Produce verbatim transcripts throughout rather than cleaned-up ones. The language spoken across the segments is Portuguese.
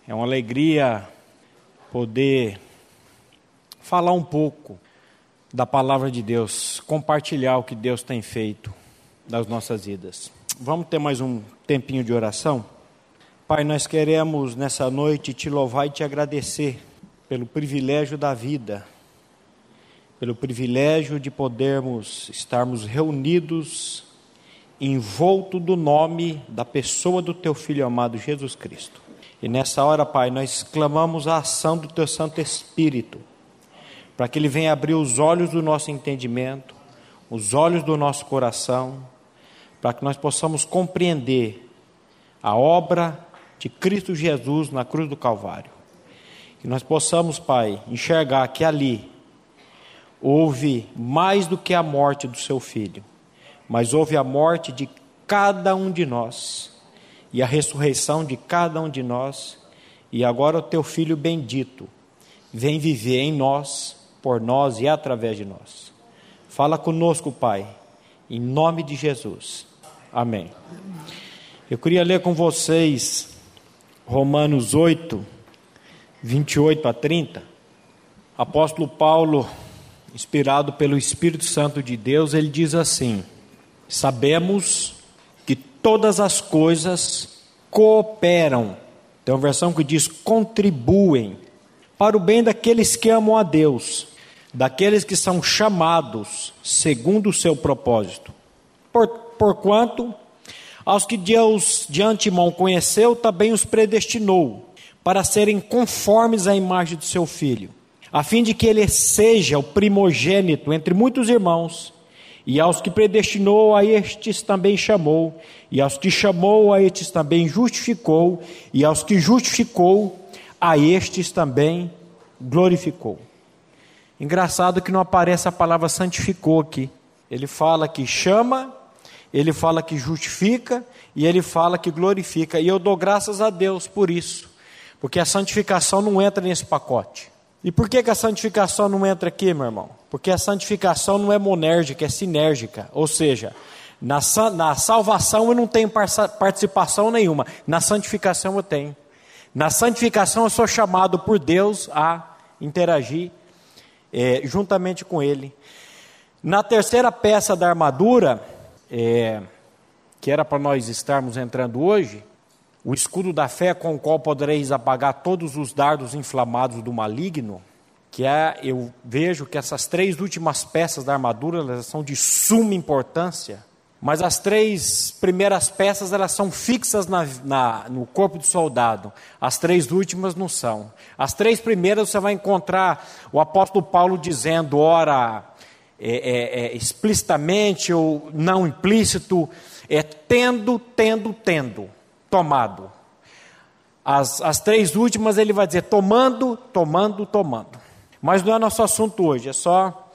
É uma alegria poder falar um pouco da palavra de Deus, compartilhar o que Deus tem feito nas nossas vidas. Vamos ter mais um tempinho de oração? Pai, nós queremos nessa noite te louvar e te agradecer pelo privilégio da vida, pelo privilégio de podermos estarmos reunidos envolto do nome da pessoa do teu Filho amado Jesus Cristo. E nessa hora, Pai, nós clamamos a ação do teu Santo Espírito, para que Ele venha abrir os olhos do nosso entendimento, os olhos do nosso coração, para que nós possamos compreender a obra de Cristo Jesus na cruz do Calvário. Que nós possamos, Pai, enxergar que ali houve mais do que a morte do seu Filho, mas houve a morte de cada um de nós, e a ressurreição de cada um de nós, e agora o teu Filho bendito vem viver em nós, por nós e através de nós. Fala conosco, Pai, em nome de Jesus. Amém. Eu queria ler com vocês Romanos oito, vinte e oito a trinta. Apóstolo Paulo, inspirado pelo Espírito Santo de Deus, ele diz assim: sabemos que todas as coisas cooperam, tem uma versão que diz contribuem, para o bem daqueles que amam a Deus, daqueles que são chamados segundo o seu propósito. Por, porquanto, aos que Deus de antemão conheceu, também os predestinou, para serem conformes à imagem do seu Filho, a fim de que ele seja o primogênito entre muitos irmãos. E aos que predestinou, a estes também chamou, e aos que chamou, a estes também justificou, e aos que justificou, a estes também glorificou. Engraçado que não aparece a palavra santificou aqui. Ele fala que chama, ele fala que justifica, e ele fala que glorifica. E eu dou graças a Deus por isso, porque a santificação não entra nesse pacote. E por que que a santificação não entra aqui, meu irmão? Porque a santificação não é monérgica, é sinérgica. Ou seja, na, na salvação eu não tenho participação nenhuma, na santificação eu tenho. Na santificação eu sou chamado por Deus a interagir é, juntamente com Ele. Na terceira peça da armadura, é, que era para nós estarmos entrando hoje, o escudo da fé com o qual podereis apagar todos os dardos inflamados do maligno, que é, eu vejo que essas três últimas peças da armadura, elas são de suma importância, mas as três primeiras peças, elas são fixas na, na, no corpo do soldado, as três últimas não são. As três primeiras você vai encontrar o apóstolo Paulo dizendo, ora, é, é, é, explicitamente ou não implícito, é tendo, tendo, tendo. Tomado. As, as três últimas ele vai dizer tomando, tomando, tomando. Mas não é nosso assunto hoje, é só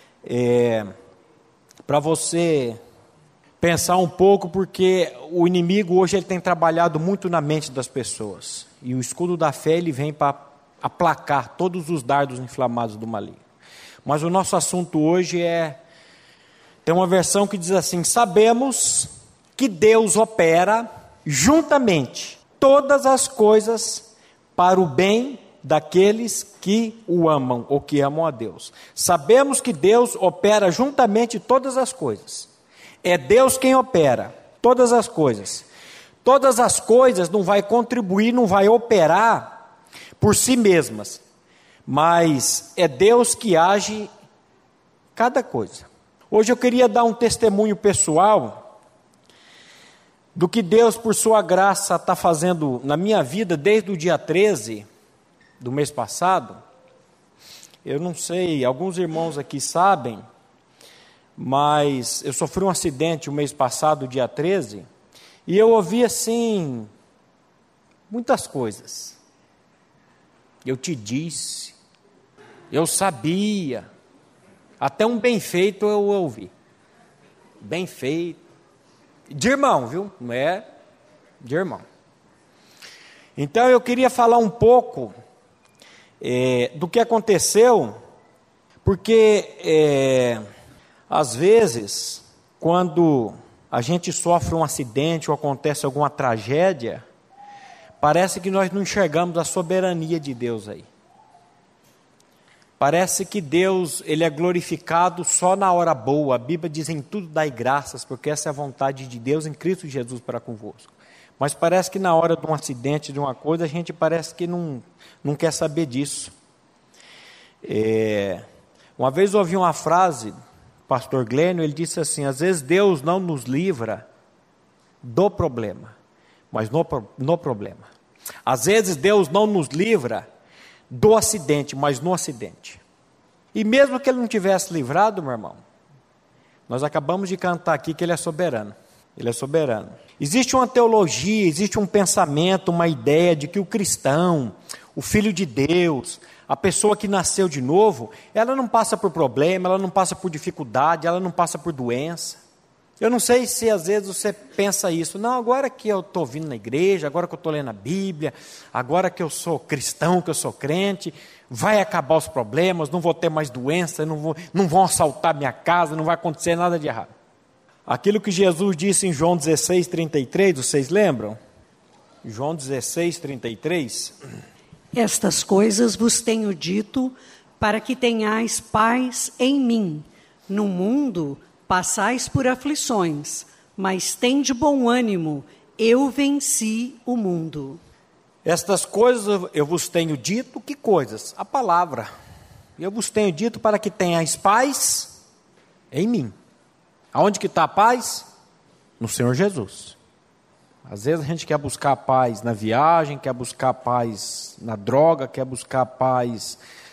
é, para você pensar um pouco, porque o inimigo hoje ele tem trabalhado muito na mente das pessoas. E o escudo da fé ele vem para aplacar todos os dardos inflamados do maligno. Mas o nosso assunto hoje é, tem uma versão que diz assim: sabemos que Deus opera juntamente todas as coisas para o bem daqueles que o amam, ou que amam a Deus. Sabemos que Deus opera juntamente todas as coisas. É Deus quem opera todas as coisas. Todas as coisas não vai contribuir, não vai operar por si mesmas, mas é Deus que age cada coisa. Hoje eu queria dar um testemunho pessoal do que Deus, por sua graça, está fazendo na minha vida desde o dia treze do mês passado. Eu não sei, alguns irmãos aqui sabem, mas eu sofri um acidente o mês passado, dia treze, e eu ouvi assim, muitas coisas. Eu te disse, eu sabia, até um bem feito eu ouvi. Bem feito. De irmão, viu? Não é de irmão. Então eu queria falar um pouco é, do que aconteceu, porque é, às vezes, quando a gente sofre um acidente ou acontece alguma tragédia, parece que nós não enxergamos a soberania de Deus aí. Parece que Deus, ele é glorificado só na hora boa. A Bíblia diz: em tudo dai graças, porque essa é a vontade de Deus em Cristo Jesus para convosco. Mas parece que na hora de um acidente, de uma coisa, a gente parece que não, não quer saber disso. É, uma vez eu ouvi uma frase, pastor Glênio, ele disse assim: às vezes Deus não nos livra do problema, mas no, no problema. Às vezes Deus não nos livra do acidente, mas no acidente. E mesmo que ele não tivesse livrado, meu irmão, nós acabamos de cantar aqui que ele é soberano. Ele é soberano. Existe uma teologia, existe um pensamento, uma ideia de que o cristão, o filho de Deus, a pessoa que nasceu de novo, ela não passa por problema, ela não passa por dificuldade, ela não passa por doença. Eu não sei se às vezes você pensa isso: não, agora que eu estou vindo na igreja, agora que eu estou lendo a Bíblia, agora que eu sou cristão, que eu sou crente, vai acabar os problemas, não vou ter mais doença, não, vou, não vão assaltar minha casa, não vai acontecer nada de errado. Aquilo que Jesus disse em João dezesseis, trinta e três, vocês lembram? João dezesseis, trinta e três. Estas coisas vos tenho dito para que tenhais paz em mim. No mundo passais por aflições, mas tende bom ânimo, eu venci o mundo. Estas coisas eu vos tenho dito, que coisas? A palavra. Eu vos tenho dito para que tenhais paz em mim. Aonde que está a paz? No Senhor Jesus. Às vezes a gente quer buscar paz na viagem, quer buscar paz na droga, quer buscar paz,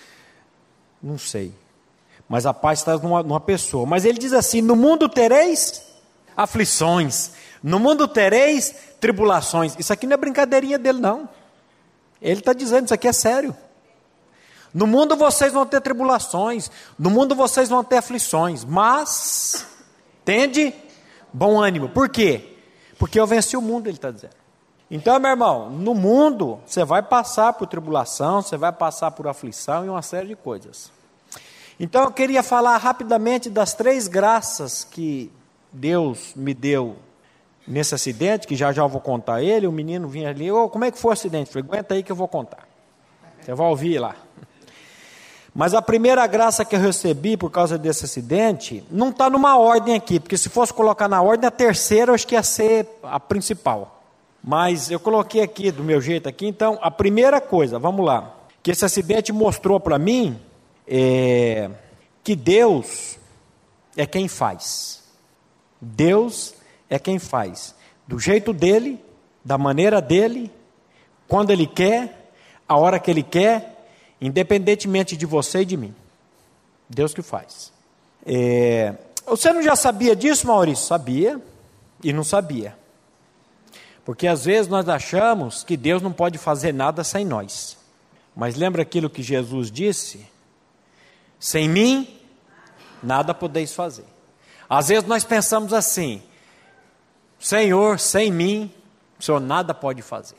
não sei. Mas a paz está numa, numa pessoa. Mas ele diz assim: no mundo tereis aflições, no mundo tereis tribulações. Isso aqui não é brincadeirinha dele, não. Ele está dizendo, isso aqui é sério. No mundo vocês vão ter tribulações, no mundo vocês vão ter aflições, mas tende bom ânimo. Por quê? Porque eu venci o mundo, ele está dizendo. Então, meu irmão, no mundo você vai passar por tribulação, você vai passar por aflição e uma série de coisas. Então eu queria falar rapidamente das três graças que Deus me deu nesse acidente, que já já eu vou contar ele. O menino vinha ali: oh, como é que foi o acidente? Eu falei: aguenta aí que eu vou contar. Você vai ouvir lá. Mas a primeira graça que eu recebi por causa desse acidente, não está numa ordem aqui, porque se fosse colocar na ordem, a terceira eu acho que ia ser a principal. Mas eu coloquei aqui do meu jeito aqui. Então, a primeira coisa, vamos lá, que esse acidente mostrou para mim, é que Deus é quem faz. Deus é quem faz. Do jeito dele, da maneira dele, quando ele quer, a hora que ele quer, independentemente de você e de mim. Deus que faz. É, você não já sabia disso, Maurício? Sabia e não sabia. Porque às vezes nós achamos que Deus não pode fazer nada sem nós. Mas lembra aquilo que Jesus disse? Sem mim, nada podeis fazer. Às vezes nós pensamos assim: Senhor, sem mim, o Senhor nada pode fazer.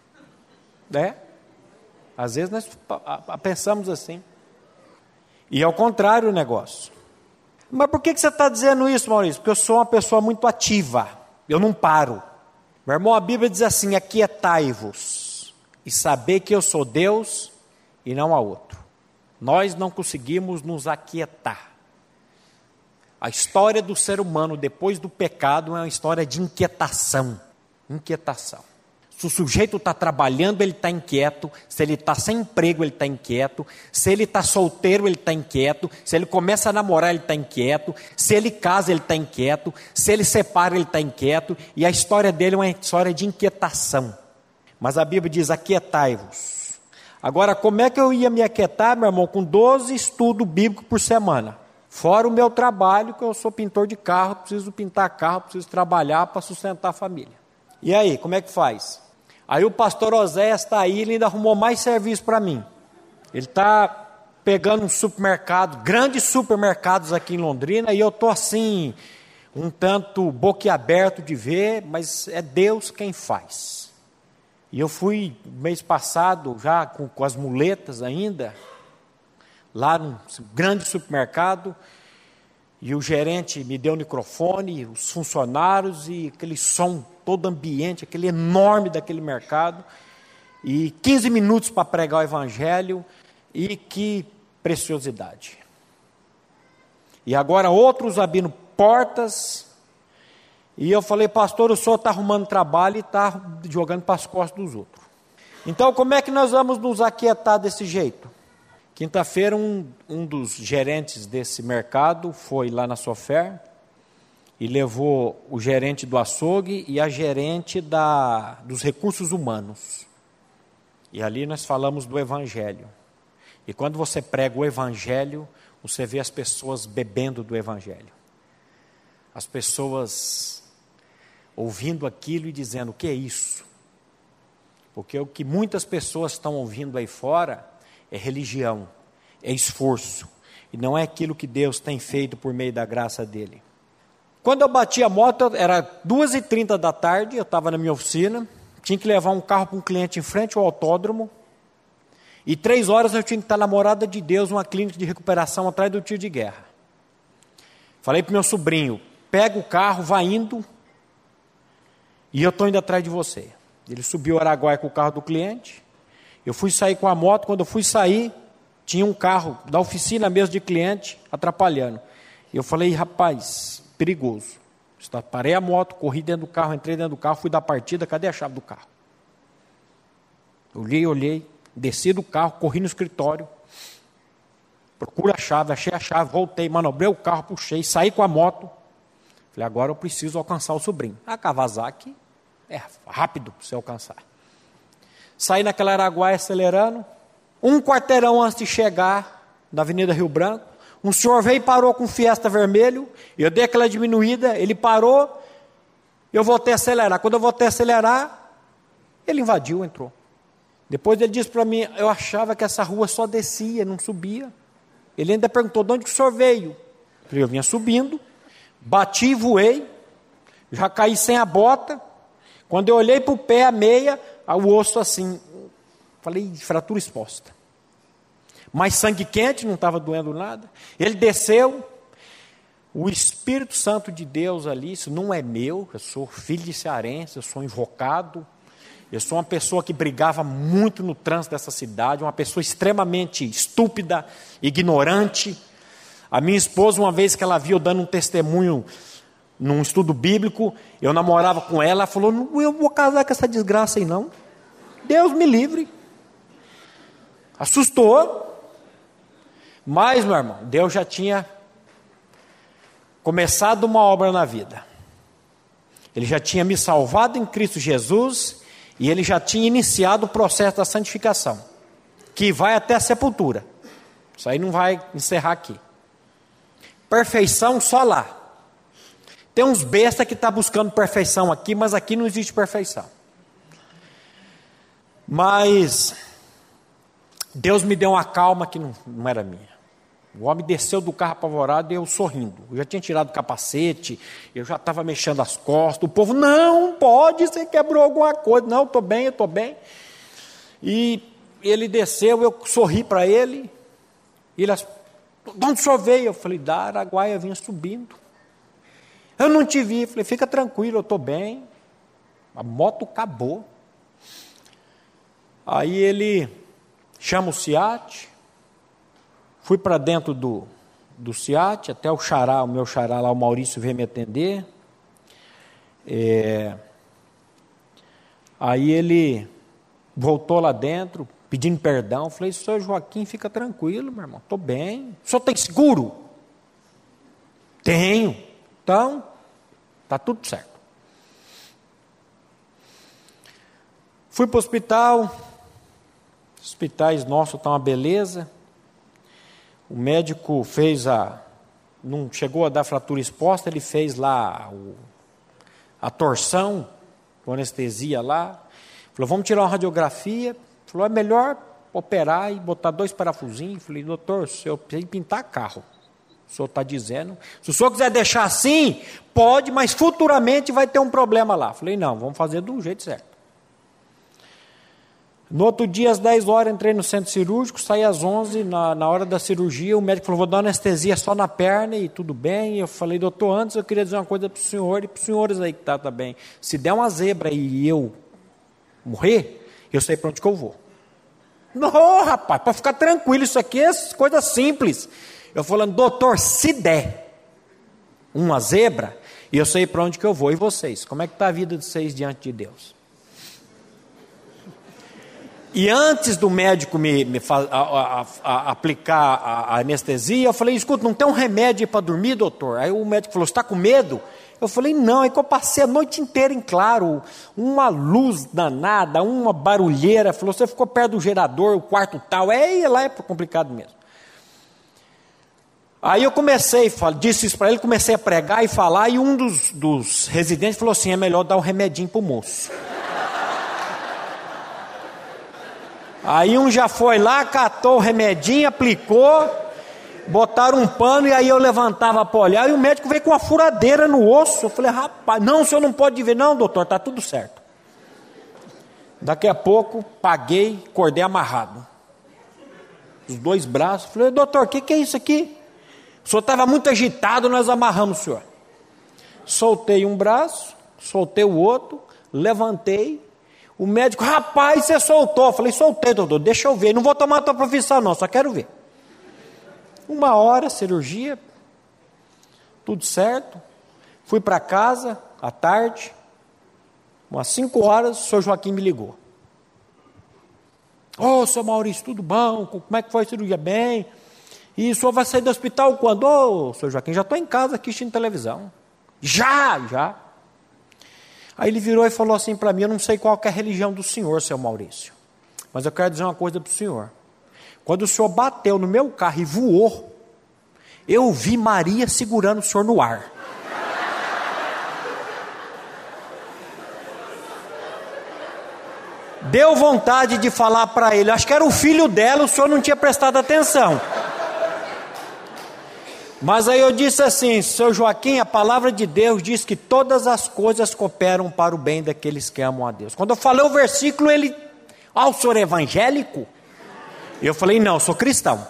Né? Às vezes nós pensamos assim. E é o contrário o negócio. Mas por que você está dizendo isso, Maurício? Porque eu sou uma pessoa muito ativa. Eu não paro. Meu irmão, a Bíblia diz assim: aquietai-vos e saber que eu sou Deus e não há outro. Nós não conseguimos nos aquietar. A história do ser humano depois do pecado é uma história de inquietação. Inquietação. Se o sujeito está trabalhando, ele está inquieto. Se ele está sem emprego, ele está inquieto. Se ele está solteiro, ele está inquieto. Se ele começa a namorar, ele está inquieto. Se ele casa, ele está inquieto. Se ele separa, ele está inquieto. E a história dele é uma história de inquietação. Mas a Bíblia diz: aquietai-vos. Agora, como é que eu ia me aquietar, meu irmão, com doze estudos bíblicos por semana? Fora o meu trabalho, que eu sou pintor de carro, preciso pintar carro, preciso trabalhar para sustentar a família. E aí, como é que faz? Aí o pastor Oséias está aí, ele ainda arrumou mais serviço para mim. Ele está pegando um supermercado, grandes supermercados aqui em Londrina, e eu estou assim, um tanto boquiaberto de ver, mas é Deus quem faz. E eu fui mês passado, já com, com as muletas ainda, lá num grande supermercado, e o gerente me deu o microfone, os funcionários e aquele som todo ambiente, aquele enorme daquele mercado. e quinze minutos para pregar o evangelho, e que preciosidade. E agora outros abrindo portas, e eu falei, pastor, o senhor está arrumando trabalho e está jogando para as costas dos outros. Então como é que nós vamos nos aquietar desse jeito? Quinta-feira um, um dos gerentes desse mercado foi lá na Sofer e levou o gerente do açougue e a gerente da, dos recursos humanos. E ali nós falamos do evangelho. E quando você prega o evangelho, você vê as pessoas bebendo do evangelho. As pessoas ouvindo aquilo e dizendo, o que é isso? Porque o que muitas pessoas estão ouvindo aí fora é religião, é esforço. E não é aquilo que Deus tem feito por meio da graça dele. Quando eu bati a moto, era duas e trinta da tarde, eu estava na minha oficina, tinha que levar um carro para um cliente em frente ao autódromo, e três horas eu tinha que estar na Morada de Deus, uma clínica de recuperação atrás do tiro de guerra. Falei para o meu sobrinho, pega o carro, vai indo, e eu estou indo atrás de você. Ele subiu o Araguaia com o carro do cliente, eu fui sair com a moto, quando eu fui sair, tinha um carro da oficina mesmo de cliente, atrapalhando. E eu falei, rapaz, perigoso. Parei a moto, corri dentro do carro, entrei dentro do carro, fui dar partida, cadê a chave do carro? Olhei, olhei, desci do carro, corri no escritório, procura a chave, achei a chave, voltei, manobrei o carro, puxei, saí com a moto. Falei, agora eu preciso alcançar o sobrinho. A Kawasaki é rápido para você alcançar. Saí naquela Araguaia acelerando, um quarteirão antes de chegar na Avenida Rio Branco, um senhor veio e parou com Fiesta vermelho, eu dei aquela diminuída, ele parou, eu voltei a acelerar. Quando eu voltei a acelerar, ele invadiu, entrou. Depois ele disse para mim, eu achava que essa rua só descia, não subia. Ele ainda perguntou, de onde que o senhor veio? Eu falei, eu vinha subindo, bati e voei, já caí sem a bota. Quando eu olhei para o pé, a meia, o osso assim, falei, fratura exposta. Mas sangue quente, não estava doendo nada. Ele desceu, o Espírito Santo de Deus ali, isso não é meu, eu sou filho de cearense, eu sou invocado, eu sou uma pessoa que brigava muito no trânsito dessa cidade, uma pessoa extremamente estúpida, ignorante. A minha esposa, uma vez que ela viu eu dando um testemunho num estudo bíblico, eu namorava com ela, ela falou, não, eu vou casar com essa desgraça aí não. Deus me livre. Assustou. Mas, meu irmão, Deus já tinha começado uma obra na vida. Ele já tinha me salvado em Cristo Jesus e ele já tinha iniciado o processo da santificação, que vai até a sepultura. Isso aí não vai encerrar aqui. Perfeição só lá. Tem uns bestas que estão buscando perfeição aqui, mas aqui não existe perfeição. Mas Deus me deu uma calma que não, não era minha. O homem desceu do carro apavorado e eu sorrindo. Eu já tinha tirado o capacete, eu já estava mexendo as costas. O povo, não pode, você quebrou alguma coisa. Não, eu estou bem, eu estou bem. E ele desceu, eu sorri para ele. E ele, de onde o senhor veio? Eu falei, da Araguaia, eu vinha subindo. Eu não te vi. Eu falei, fica tranquilo, eu estou bem. A moto acabou. Aí ele chama o SEAT. Fui para dentro do, do SEAT, até o xará, o meu xará lá, o Maurício veio me atender. É, aí ele voltou lá dentro, pedindo perdão. Falei, senhor Joaquim, fica tranquilo, meu irmão, estou bem. O senhor tem seguro? Tenho. Então, está tudo certo. Fui para o hospital. Hospitais nossos estão uma beleza. O médico fez a... Não chegou a dar fratura exposta, ele fez lá o, a torção, com anestesia lá. Falou, vamos tirar uma radiografia. Falou, é melhor operar e botar dois parafusinhos. Falei, doutor, se eu preciso pintar carro. O senhor está dizendo. Se o senhor quiser deixar assim, pode, mas futuramente vai ter um problema lá. Falei, não, vamos fazer do jeito certo. No outro dia, às dez horas, entrei no centro cirúrgico, saí às onze, na, na hora da cirurgia, o médico falou, vou dar anestesia só na perna e tudo bem. E eu falei, doutor, antes eu queria dizer uma coisa para o senhor e para os senhores aí que está tá bem. Se der uma zebra e eu morrer, eu sei para onde que eu vou. Não, rapaz, para ficar tranquilo, isso aqui é coisa simples. Eu falando, doutor, se der uma zebra, eu sei para onde que eu vou. E vocês? Como é que está a vida de vocês diante de Deus? E antes do médico me, me fa, a, a, a, aplicar a, a anestesia, eu falei, escuta, não tem um remédio para dormir, doutor? Aí o médico falou, você está com medo? Eu falei, não, é que eu passei a noite inteira em claro, uma luz danada, uma barulheira. Falou, você ficou perto do gerador, o quarto tal, é, lá é complicado mesmo. Aí eu comecei, disse isso para ele, comecei a pregar e falar, e um dos, dos residentes falou assim, é melhor dar um remedinho para o moço. Aí um já foi lá, catou o remedinho, aplicou, botaram um pano e aí eu levantava para olhar e o médico veio com uma furadeira no osso. Eu falei, rapaz, não, o senhor não pode ver. Não, doutor, está tudo certo. Daqui a pouco, paguei, cordei amarrado. Os dois braços. Falei, doutor, o que, que é isso aqui? O senhor estava muito agitado, nós amarramos o senhor. Soltei um braço, soltei o outro, levantei. O médico, rapaz, você soltou. Eu falei, soltei, doutor, deixa eu ver. Não vou tomar a tua profissão não, só quero ver. Uma hora, cirurgia, tudo certo. Fui para casa, à tarde, umas cinco horas, o senhor Joaquim me ligou. Ô, oh, seu Maurício, tudo bom? Como é que foi a cirurgia? Bem. E o senhor vai sair do hospital quando? Ô, oh, seu Joaquim, já estou em casa aqui assistindo televisão. Já, já. Aí ele virou e falou assim para mim, eu não sei qual que é a religião do senhor, seu Maurício, mas eu quero dizer uma coisa para o senhor. Quando o senhor bateu no meu carro e voou, eu vi Maria segurando o senhor no ar. Deu vontade de falar para ele, acho que era o filho dela, o senhor não tinha prestado atenção. Mas aí eu disse assim, seu Joaquim, a palavra de Deus diz que todas as coisas cooperam para o bem daqueles que amam a Deus. Quando eu falei o versículo, ele, ah, o senhor é evangélico? Eu falei, não, eu sou cristão.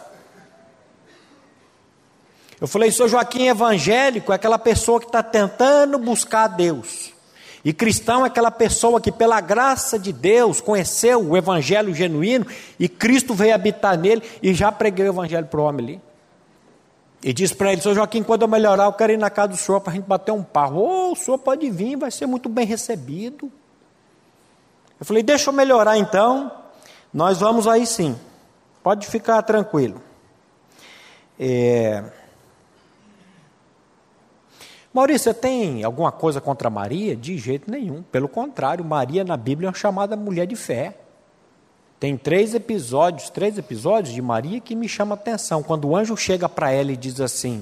Eu falei, seu Joaquim, evangélico é aquela pessoa que está tentando buscar a Deus. E cristão é aquela pessoa que pela graça de Deus conheceu o evangelho genuíno e Cristo veio habitar nele e já preguei o evangelho para o homem ali. E disse para ele, seu Joaquim, quando eu melhorar, eu quero ir na casa do senhor para a gente bater um papo. Ô, oh, o senhor pode vir, vai ser muito bem recebido. Eu falei, deixa eu melhorar então, nós vamos aí sim, pode ficar tranquilo. É... Maurício, você tem alguma coisa contra Maria? De jeito nenhum, pelo contrário, Maria na Bíblia é uma chamada mulher de fé. Tem três episódios, três episódios de Maria que me chamam a atenção. Quando o anjo chega para ela e diz assim,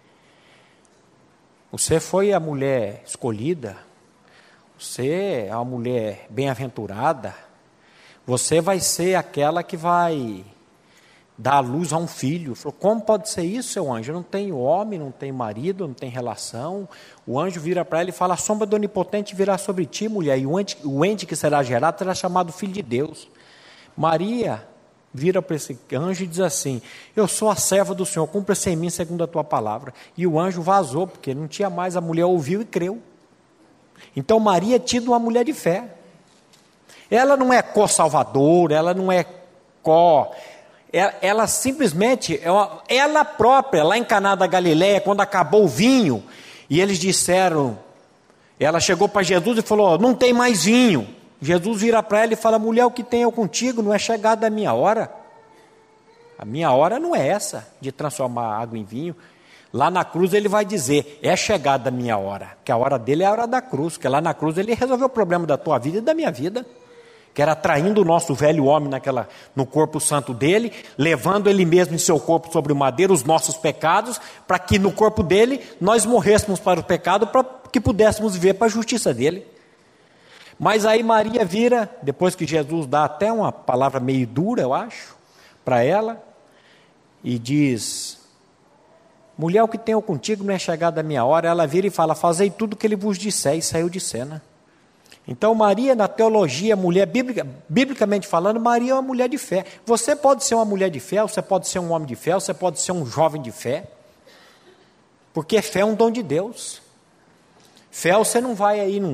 você foi a mulher escolhida, você é uma mulher bem-aventurada, você vai ser aquela que vai dar à luz a um filho. Falou, como pode ser isso, seu anjo? Eu não tenho homem, não tenho marido, não tenho relação. O anjo vira para ela e fala, a sombra do Onipotente virá sobre ti, mulher, e o ente, o ente que será gerado será chamado Filho de Deus. Maria vira para esse anjo e diz assim, eu sou a serva do Senhor, cumpra-se em mim segundo a tua palavra. E o anjo vazou, porque não tinha mais, a mulher ouviu e creu. Então Maria é tida uma mulher de fé. Ela não é co-salvadora, ela não é co... Ela, ela simplesmente, ela, ela própria, lá em Caná da Galileia, quando acabou o vinho, e eles disseram, ela chegou para Jesus e falou, não tem mais vinho. Jesus vira para ela e fala, mulher, o que tenho contigo não é chegada a minha hora. A minha hora não é essa, de transformar água em vinho. Lá na cruz ele vai dizer, é chegada a minha hora, que a hora dele é a hora da cruz, porque lá na cruz ele resolveu o problema da tua vida e da minha vida, que era traindo o nosso velho homem naquela, no corpo santo dele, levando ele mesmo em seu corpo sobre o madeiro, os nossos pecados, para que no corpo dele nós morrêssemos para o pecado, para que pudéssemos viver para a justiça dele. Mas aí Maria vira, depois que Jesus dá até uma palavra meio dura, eu acho, para ela, e diz, mulher, o que tenho contigo não é chegada a minha hora. Ela vira e fala, fazei tudo o que ele vos disser, e saiu de cena. Então Maria, na teologia, mulher, biblica, biblicamente falando, Maria é uma mulher de fé. Você pode ser uma mulher de fé, você pode ser um homem de fé, você pode ser um jovem de fé, porque fé é um dom de Deus. Fé você não vai aí num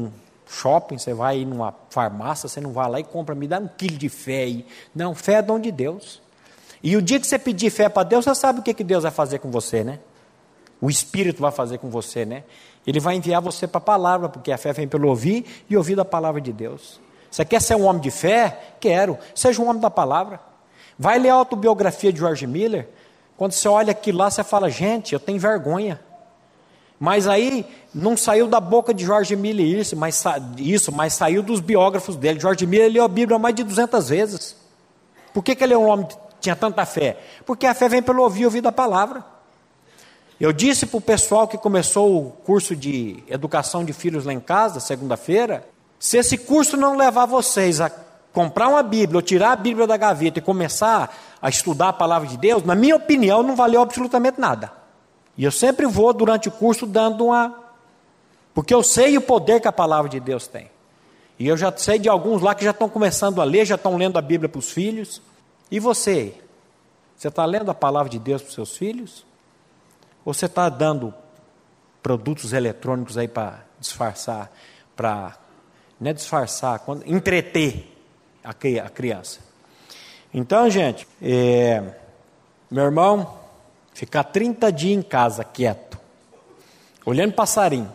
shopping, você vai ir numa farmácia, você não vai lá e compra, me dá um quilo de fé aí. Não, fé é dom de Deus. E o dia que você pedir fé para Deus, você sabe o que, que Deus vai fazer com você, né? O Espírito vai fazer com você, né? Ele vai enviar você para a palavra, porque a fé vem pelo ouvir e ouvir da palavra de Deus. Você quer ser um homem de fé? Quero. Seja um homem da palavra. Vai ler a autobiografia de George Miller. Quando você olha aquilo lá, você fala, gente, eu tenho vergonha. Mas aí, não saiu da boca de George Miller isso, mas, isso, mas saiu dos biógrafos dele. George Miller leu a Bíblia mais de duzentas vezes. Por que, que ele é um homem que tinha tanta fé? Porque a fé vem pelo ouvir e ouvir da palavra. Eu disse para o pessoal que começou o curso de educação de filhos lá em casa, segunda-feira, se esse curso não levar vocês a comprar uma Bíblia, ou tirar a Bíblia da gaveta e começar a estudar a palavra de Deus, na minha opinião, não valeu absolutamente nada. E eu sempre vou, durante o curso, dando uma... Porque eu sei o poder que a palavra de Deus tem. E eu já sei de alguns lá que já estão começando a ler, já estão lendo a Bíblia para os filhos. E você? Você está lendo a palavra de Deus para os seus filhos? Ou você está dando produtos eletrônicos aí para disfarçar, para, não é disfarçar, quando, entreter a, a criança? Então, gente, é, meu irmão, ficar trinta dias em casa, quieto, olhando passarinho.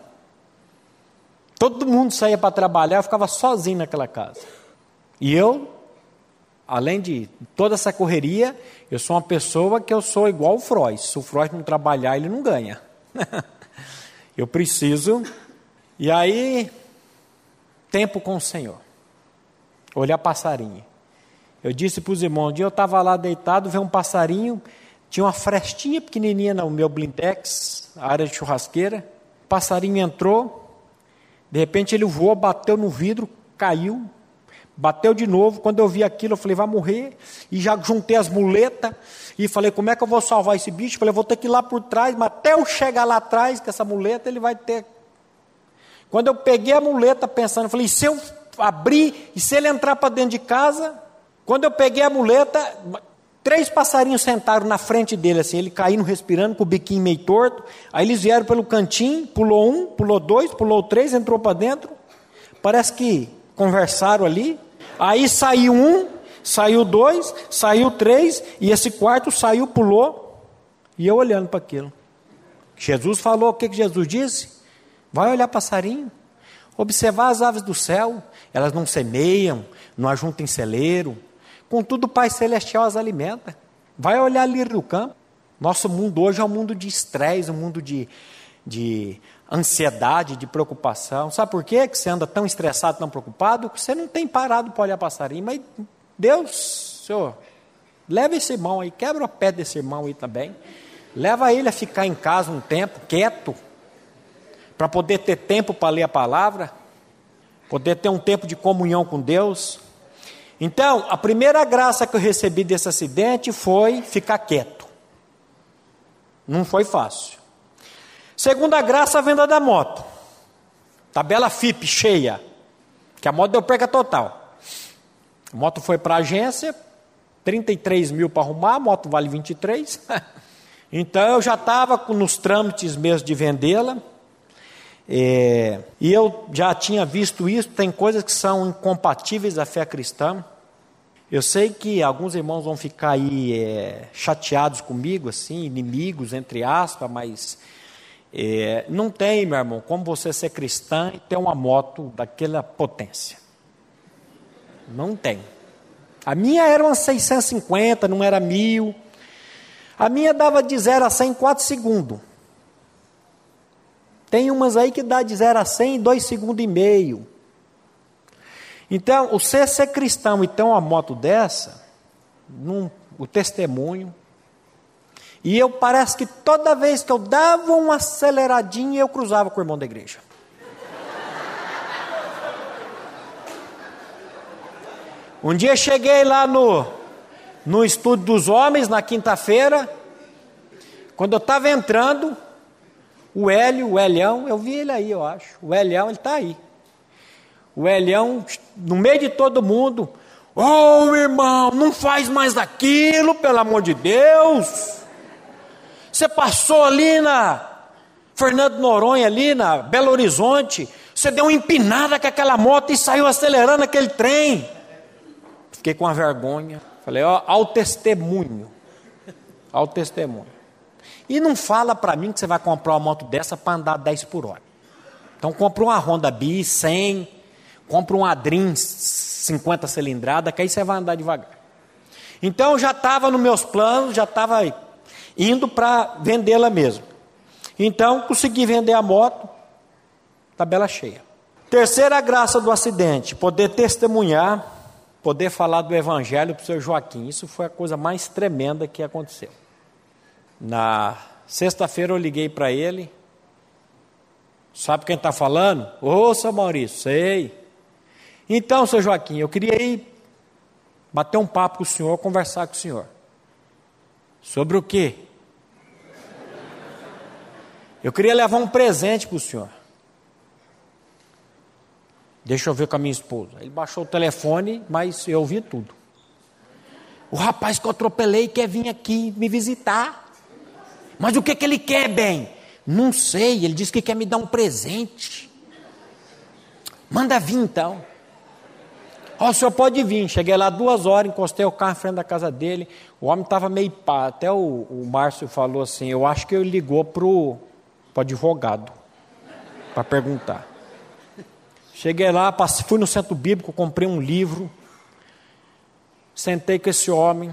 Todo mundo saía para trabalhar, eu ficava sozinho naquela casa. E eu, além de toda essa correria, eu sou uma pessoa que eu sou igual o Freud. Se o Freud não trabalhar, ele não ganha. Eu preciso. E aí, tempo com o Senhor. Olhar passarinho. Eu disse para os irmãos, um dia eu estava lá deitado, vi um passarinho, tinha uma frestinha pequenininha no meu blindex, a área de churrasqueira. O passarinho entrou, de repente ele voou, bateu no vidro, caiu, bateu de novo. Quando eu vi aquilo, eu falei, vai morrer. E já juntei as muletas e falei, como é que eu vou salvar esse bicho? Eu falei, vou ter que ir lá por trás, mas até eu chegar lá atrás com essa muleta, ele vai ter... Quando eu peguei a muleta pensando, eu falei, e se eu abrir, e se ele entrar para dentro de casa? Quando eu peguei a muleta, três passarinhos sentaram na frente dele, assim, ele caindo, respirando, com o biquinho meio torto. Aí eles vieram pelo cantinho, pulou um, pulou dois, pulou três, entrou para dentro. Parece que conversaram ali. Aí saiu um, saiu dois, saiu três, e esse quarto saiu, pulou, e eu olhando para aquilo. Jesus falou, o que, que Jesus disse? Vai olhar passarinho, observar as aves do céu, elas não semeiam, não ajuntam em celeiro, contudo o Pai Celestial as alimenta. Vai olhar a lírio do campo. Nosso mundo hoje é um mundo de estresse, um mundo de, de ansiedade, de preocupação. Sabe por quê que você anda tão estressado, tão preocupado? Porque você não tem parado para olhar passarinho. Mas Deus, Senhor, leva esse irmão aí, quebra o pé desse irmão aí também. Leva ele a ficar em casa um tempo, quieto, para poder ter tempo para ler a palavra, poder ter um tempo de comunhão com Deus. Então, a primeira graça que eu recebi desse acidente foi ficar quieto. Não foi fácil. Segunda graça, a venda da moto. Tabela F I P cheia, que a moto deu perca total. A moto foi para a agência, trinta e três mil para arrumar, a moto vale vinte e três. Então eu já estava nos trâmites mesmo de vendê-la. É, e eu já tinha visto isso, tem coisas que são incompatíveis à fé cristã. Eu sei que alguns irmãos vão ficar aí é, chateados comigo, assim, inimigos, entre aspas, mas é, não tem, meu irmão, como você ser cristã e ter uma moto daquela potência. Não tem. A minha era uma seiscentos e cinquenta, não era mil. A minha dava de zero a cem em quatro segundos. Tem umas aí que dá de zero a cem em dois segundos e meio. Então, o ser, ser cristão e ter uma moto dessa, num, o testemunho. E eu parece que toda vez que eu dava uma aceleradinha, eu cruzava com o irmão da igreja. Um dia cheguei lá no, no estúdio dos homens, na quinta-feira. Quando eu estava entrando, o Hélio, o Elião, eu vi ele aí, eu acho. O Elião, ele está aí. O Elião, no meio de todo mundo. Ô, oh, irmão, não faz mais aquilo, pelo amor de Deus. Você passou ali na Fernando Noronha, ali na Belo Horizonte, Você deu uma empinada com aquela moto e saiu acelerando aquele trem. Fiquei com uma vergonha. Falei, ó, ao testemunho. Ao testemunho. E não fala para mim que você vai comprar uma moto dessa para andar dez por hora. Então compra uma Honda Bis cem, compra um Adrim cinquenta cilindrada, que aí você vai andar devagar. Então eu já estava nos meus planos, já estava indo para vendê-la mesmo. Então consegui vender a moto, tabela cheia. Terceira graça do acidente, poder testemunhar, poder falar do evangelho para o seu Joaquim. Isso foi a coisa mais tremenda que aconteceu. Na sexta-feira eu liguei para ele. Sabe quem está falando? Ô, seu Maurício, sei. Então, seu Joaquim, eu queria ir bater um papo com o senhor, conversar com o senhor. Sobre o quê? Eu queria levar um presente para o senhor. Deixa eu ver com a minha esposa. Ele baixou o telefone, mas eu ouvi tudo. O rapaz que eu atropelei quer vir aqui me visitar. Mas o que, que ele quer, bem? Não sei, ele disse que quer me dar um presente. Manda vir então. Ó, o senhor pode vir. Cheguei lá duas horas, encostei o carro em frente da casa dele. O homem estava meio pá. Até o, o Márcio falou assim, eu acho que ele ligou para o advogado para perguntar. Cheguei lá, passei, fui no centro bíblico, comprei um livro, sentei com esse homem,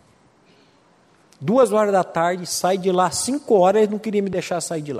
duas horas da tarde, saí de lá, cinco horas, ele não queria me deixar sair de lá.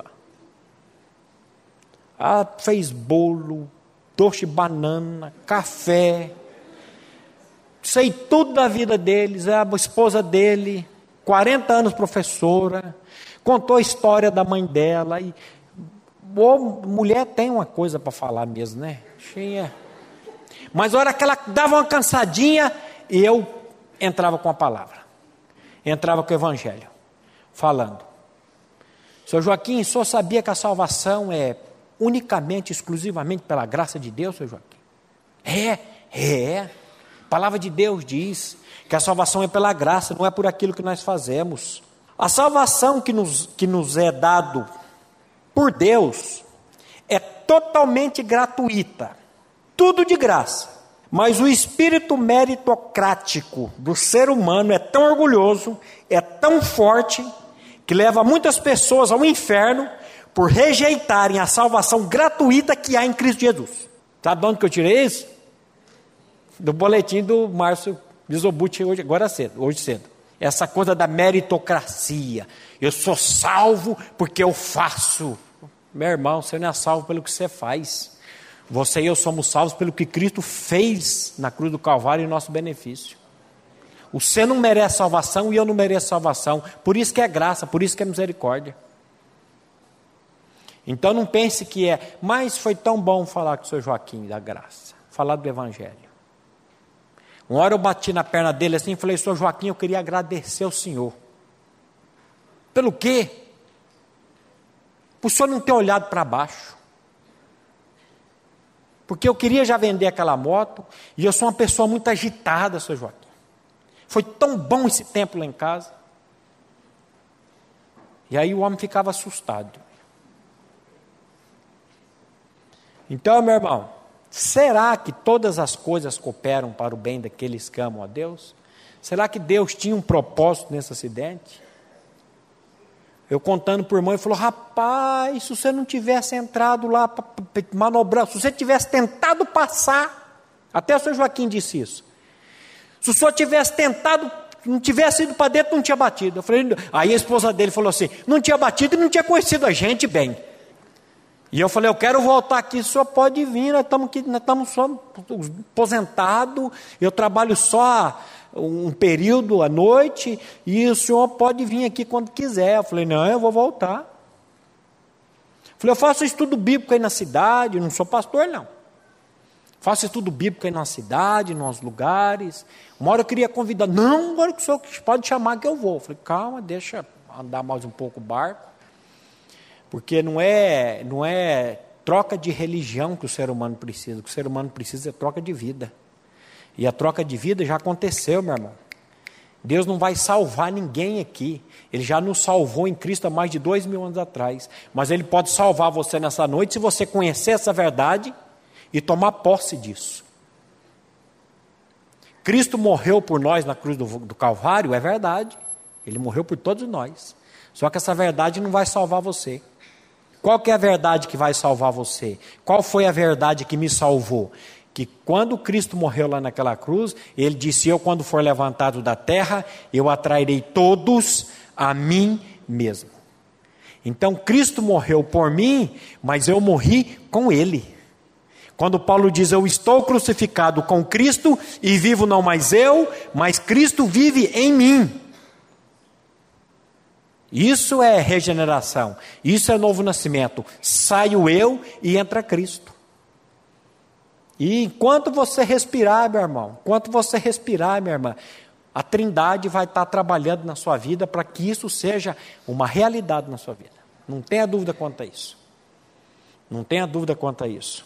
Ah, fez bolo, doce de banana, café, sei tudo da vida deles, a esposa dele, quarenta anos professora, contou a história da mãe dela, e boa, mulher tem uma coisa para falar mesmo, né? Cheia. Mas a hora que ela dava uma cansadinha, eu entrava com a palavra. Entrava com o evangelho. Falando. Seu Joaquim, o senhor sabia que a salvação é unicamente, exclusivamente pela graça de Deus, seu Joaquim? É, é. A palavra de Deus diz que a salvação é pela graça, não é por aquilo que nós fazemos. A salvação que nos, que nos é dado por Deus, é totalmente gratuita, tudo de graça, mas o espírito meritocrático do ser humano é tão orgulhoso, é tão forte, que leva muitas pessoas ao inferno, por rejeitarem a salvação gratuita que há em Cristo Jesus. Sabe de onde que eu tirei isso? Do boletim do Márcio Bisobucci, hoje, agora cedo, hoje cedo. Essa coisa da meritocracia, eu sou salvo porque eu faço. Meu irmão, você não é salvo pelo que você faz. Você e eu somos salvos pelo que Cristo fez na cruz do Calvário em nosso benefício. Você não merece salvação e eu não mereço salvação. Por isso que é graça, por isso que é misericórdia. Então não pense que é, mas foi tão bom falar com o seu Joaquim da graça, falar do evangelho. Uma hora eu bati na perna dele assim e falei, seu Joaquim, eu queria agradecer ao senhor. Pelo quê? Por o senhor não ter olhado para baixo. Porque eu queria já vender aquela moto, e eu sou uma pessoa muito agitada, seu Joaquim. Foi tão bom esse tempo lá em casa. E aí o homem ficava assustado. Então, meu irmão, será que todas as coisas cooperam para o bem daqueles que amam a Deus? Será que Deus tinha um propósito nesse acidente? Eu contando por irmão, ele falou, rapaz, se você não tivesse entrado lá para manobrar, se você tivesse tentado passar, até o seu Joaquim disse isso, se o senhor tivesse tentado, não tivesse ido para dentro, não tinha batido. Eu falei, aí a esposa dele falou assim, não tinha batido e não tinha conhecido a gente bem. E eu falei, eu quero voltar aqui, o senhor pode vir, nós estamos aqui, nós estamos só aposentados, eu trabalho só um período à noite, e o senhor pode vir aqui quando quiser. Eu falei, não, eu vou voltar. Eu falei, eu faço estudo bíblico aí na cidade, não sou pastor não. Faço estudo bíblico aí na cidade, nos lugares. Uma hora eu queria convidar, não, agora que o senhor pode chamar que eu vou. Eu falei, calma, deixa andar mais um pouco o barco. Porque não é, não é troca de religião que o ser humano precisa, o que o ser humano precisa é troca de vida. E a troca de vida já aconteceu, meu irmão. Deus não vai salvar ninguém aqui. Ele já nos salvou em Cristo há mais de dois mil anos atrás. Mas Ele pode salvar você nessa noite se você conhecer essa verdade e tomar posse disso. Cristo morreu por nós na cruz do, do Calvário, é verdade. Ele morreu por todos nós. Só que essa verdade não vai salvar você. Qual que é a verdade que vai salvar você? Qual foi a verdade que me salvou? Que quando Cristo morreu lá naquela cruz, Ele disse: eu quando for levantado da terra, eu atrairei todos a mim mesmo. Então Cristo morreu por mim, mas eu morri com Ele. Quando Paulo diz: eu estou crucificado com Cristo e vivo não mais eu, mas Cristo vive em mim. Isso é regeneração, isso é novo nascimento. Saio eu e entra Cristo. E enquanto você respirar, meu irmão, enquanto você respirar, minha irmã, a Trindade vai estar trabalhando na sua vida para que isso seja uma realidade na sua vida. Não tenha dúvida quanto a isso. Não tenha dúvida quanto a isso.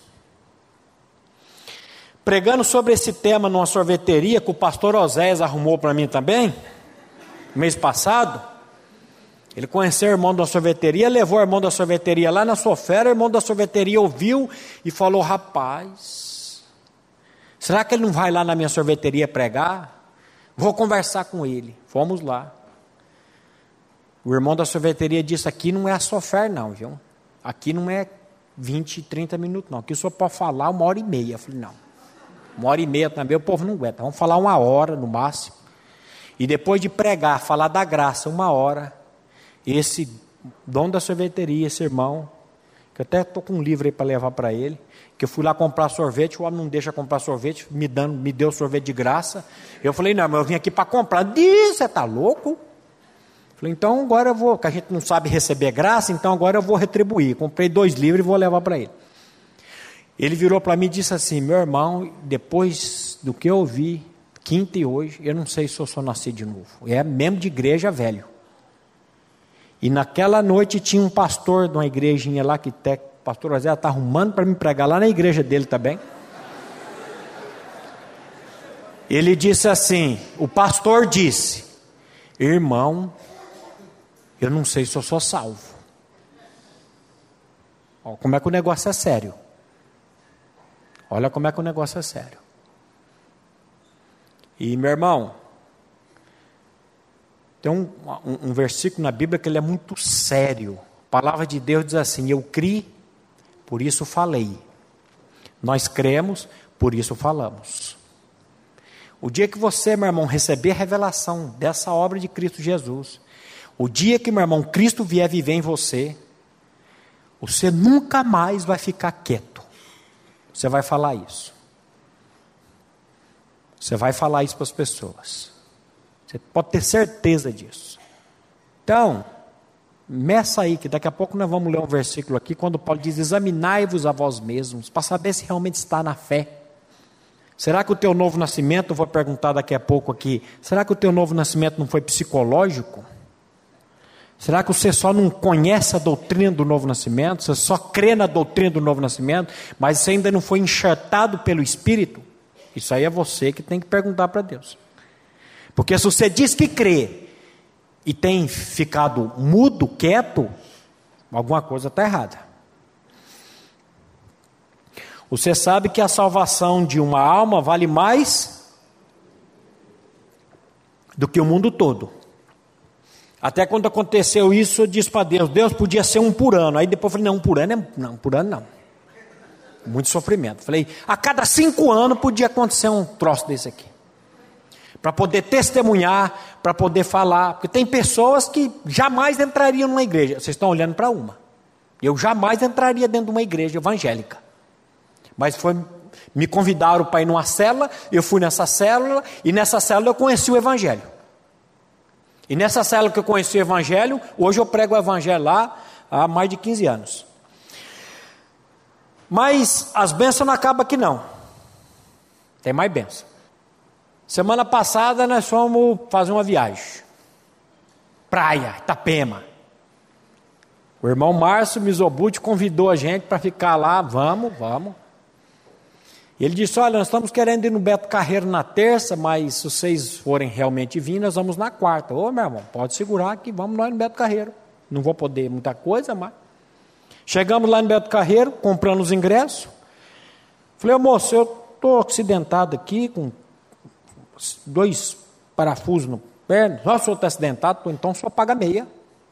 Pregando sobre esse tema numa sorveteria que o pastor Oséias arrumou para mim também, mês passado. Ele conheceu o irmão da sorveteria, levou o irmão da sorveteria lá na Sofera, o irmão da sorveteria ouviu e falou: rapaz, será que ele não vai lá na minha sorveteria pregar? Vou conversar com ele. Fomos lá. O irmão da sorveteria disse: aqui não é a Sofera não, viu? Aqui não é vinte, trinta minutos não, aqui o senhor pode falar uma hora e meia. Eu falei: não, uma hora e meia também o povo não aguenta, vamos falar uma hora no máximo. E depois de pregar, falar da graça uma hora, esse dono da sorveteria, esse irmão, que eu até estou com um livro aí para levar para ele, que eu fui lá comprar sorvete, o homem não deixa comprar sorvete, me, dando, me deu sorvete de graça. Eu falei: não, mas eu vim aqui para comprar. Diz, você está louco? Falei: então agora eu vou, que a gente não sabe receber graça, então agora eu vou retribuir. Comprei dois livros e vou levar para ele. Ele virou para mim e disse assim: meu irmão, depois do que eu ouvi, quinta e hoje, eu não sei se eu sou nascido de novo. É mesmo de igreja velho. E naquela noite tinha um pastor de uma igrejinha lá, que o pastor José está arrumando para me pregar lá na igreja dele também. Ele disse assim, o pastor disse: irmão, eu não sei se eu sou salvo. Olha como é que o negócio é sério. Olha como é que o negócio é sério. E meu irmão, tem um, um, um versículo na Bíblia que ele é muito sério. A palavra de Deus diz assim: eu criei, por isso falei. Nós cremos, por isso falamos. O dia que você, meu irmão, receber a revelação dessa obra de Cristo Jesus, o dia que, meu irmão, Cristo vier viver em você, você nunca mais vai ficar quieto. Você vai falar isso. Você vai falar isso para as pessoas. Você pode ter certeza disso. Então, meça aí, que daqui a pouco nós vamos ler um versículo aqui, quando Paulo diz: examinai-vos a vós mesmos, para saber se realmente está na fé. Será que o teu novo nascimento, eu vou perguntar daqui a pouco aqui, será que o teu novo nascimento não foi psicológico? Será que você só não conhece a doutrina do novo nascimento? Você só crê na doutrina do novo nascimento, mas você ainda não foi enxertado pelo Espírito? Isso aí é você que tem que perguntar para Deus. Porque se você diz que crê e tem ficado mudo, quieto, alguma coisa está errada. Você sabe que a salvação de uma alma vale mais do que o mundo todo. Até quando aconteceu isso, eu disse para Deus: Deus, podia ser um por ano. Aí depois eu falei: não, um por ano é, não, por ano não. Muito sofrimento. Falei, a cada cinco anos podia acontecer um troço desse aqui. Para poder testemunhar, para poder falar. Porque tem pessoas que jamais entrariam numa igreja. Vocês estão olhando para uma. Eu jamais entraria dentro de uma igreja evangélica. Mas foi, me convidaram para ir numa célula, eu fui nessa célula, e nessa célula eu conheci o evangelho. E nessa célula que eu conheci o evangelho, hoje eu prego o evangelho lá há mais de quinze anos. Mas as bênçãos não acabam aqui não. Tem mais bênção. Semana passada nós fomos fazer uma viagem. Praia, Itapema. O irmão Márcio Mizobuti convidou a gente para ficar lá. Vamos, vamos. E ele disse, olha, nós estamos querendo ir no Beto Carreiro na terça, mas se vocês forem realmente vir, nós vamos na quarta. Ô, meu irmão, pode segurar que vamos nós no Beto Carreiro. Não vou poder muita coisa, mas... Chegamos lá no Beto Carreiro, comprando os ingressos. Falei, ô moço, eu estou acidentado aqui, com dois parafusos no perna. Nossa, o senhor está acidentado, então o senhor paga meia.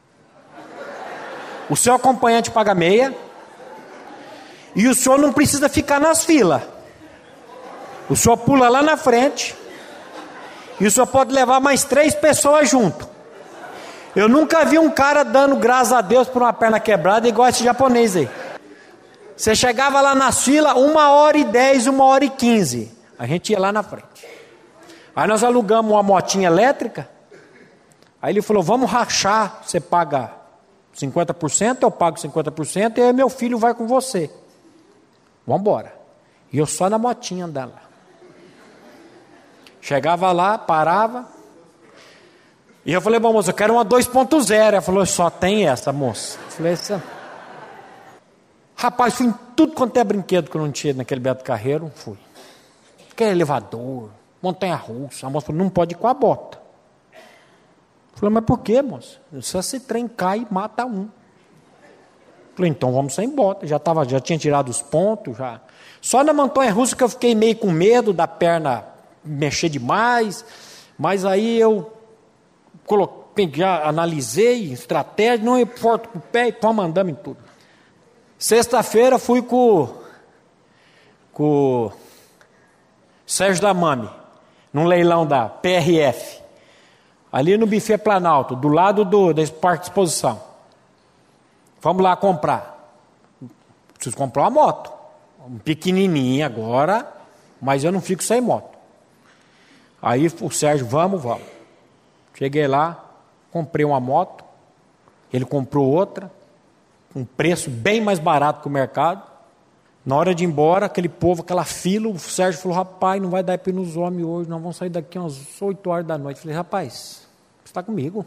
O seu acompanhante paga meia. E o senhor não precisa ficar nas filas. O senhor pula lá na frente. E o senhor pode levar mais três pessoas junto. Eu nunca vi um cara dando graças a Deus por uma perna quebrada igual esse japonês aí. Você chegava lá na fila, uma hora e dez, uma hora e quinze. A gente ia lá na frente. Aí nós alugamos uma motinha elétrica. Aí ele falou, vamos rachar, você paga cinquenta por cento, eu pago cinquenta por cento, e aí meu filho vai com você. Vamos embora. E eu só na motinha andando lá. Chegava lá, parava. E eu falei, bom, moça, eu quero uma dois ponto zero. Ela falou, só tem essa, moça. Eu falei, essa... Rapaz, fui em tudo quanto é brinquedo que eu não tinha naquele Beto Carreiro, fui. Aquele elevador, montanha-russa. A moça falou, não pode ir com a bota. Eu falei, mas por quê, moça? Se esse trem cai, mata um. Eu falei, então vamos sem bota. Já, tava, já tinha tirado os pontos, já. Só na montanha-russa que eu fiquei meio com medo da perna mexer demais. Mas aí eu... Coloquei, já analisei, estratégia, não importa com o pé e toma, andamos em tudo. Sexta-feira fui com, com o Sérgio da Mami, num leilão da P R F, ali no Buffet Planalto, do lado do, do Parque de Exposição. Vamos lá comprar. Preciso comprar uma moto, um pequenininha agora, mas eu não fico sem moto. Aí o Sérgio, vamos, vamos. Cheguei lá, comprei uma moto, ele comprou outra, um preço bem mais barato que o mercado. Na hora de ir embora, aquele povo, aquela fila, o Sérgio falou, rapaz, não vai dar para ir nos homens hoje, nós vamos sair daqui umas oito horas da noite. Eu falei, rapaz, você está comigo?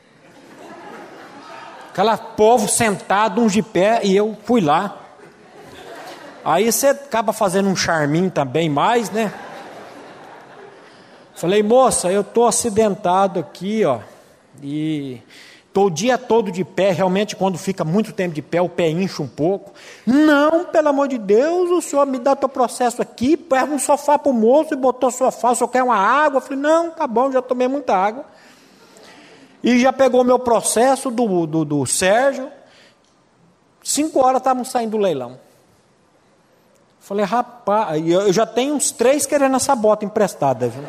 Aquela povo sentado, uns de pé, e eu fui lá. Aí você acaba fazendo um charminho também mais, né? Falei, moça, eu estou acidentado aqui, ó, e estou o dia todo de pé, realmente quando fica muito tempo de pé, o pé incha um pouco. Não, pelo amor de Deus, o senhor me dá teu processo aqui, pega um sofá para o moço e botou o sofá, o senhor quer uma água? Eu falei, não, tá bom, já tomei muita água. E já pegou meu processo do, do, do Sérgio, cinco horas estávamos saindo do leilão. Falei, rapaz, eu já tenho uns três querendo essa bota emprestada, viu?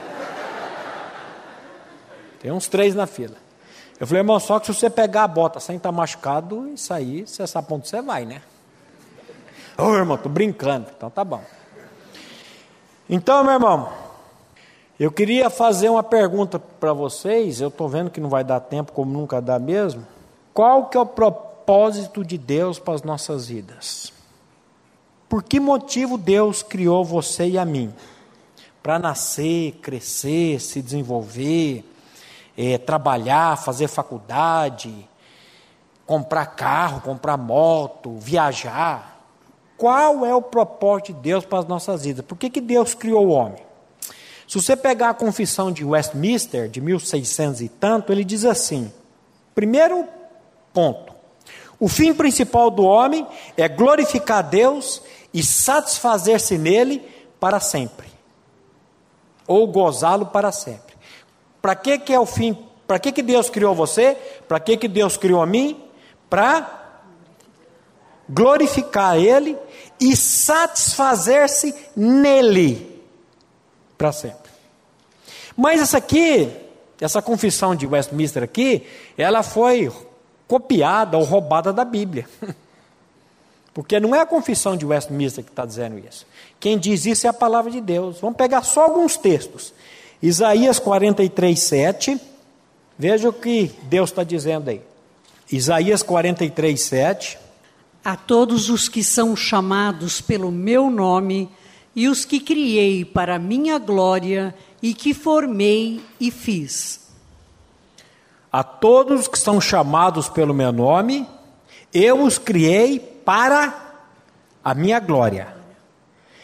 Tem uns três na fila. Eu falei, irmão, só que se você pegar a bota sem estar machucado e sair, se essa ponta você vai, né? Ô, oh, irmão, tô brincando. Então tá bom. Então, meu irmão, eu queria fazer uma pergunta para vocês. Eu estou vendo que não vai dar tempo, como nunca dá mesmo. Qual que é o propósito de Deus para as nossas vidas? Por que motivo Deus criou você e a mim? Para nascer, crescer, se desenvolver... É, trabalhar, fazer faculdade, comprar carro, comprar moto, viajar. Qual é o propósito de Deus para as nossas vidas? Por que que Deus criou o homem? Se você pegar a Confissão de Westminster, de mil e seiscentos e tanto, ele diz assim, primeiro ponto, o fim principal do homem é glorificar Deus e satisfazer-se nele para sempre, ou gozá-lo para sempre. Para que que é o fim? Para que que Deus criou você? Para que que Deus criou a mim? Para glorificar Ele e satisfazer-se nele para sempre. Mas essa aqui, essa confissão de Westminster aqui, ela foi copiada ou roubada da Bíblia. Porque não é a confissão de Westminster que está dizendo isso. Quem diz isso é a palavra de Deus. Vamos pegar só alguns textos. Isaías quarenta e três, sete, veja o que Deus está dizendo aí. Isaías quarenta e três, sete. A todos os que são chamados pelo meu nome e os que criei para a minha glória e que formei e fiz. A todos que são chamados pelo meu nome, eu os criei para a minha glória.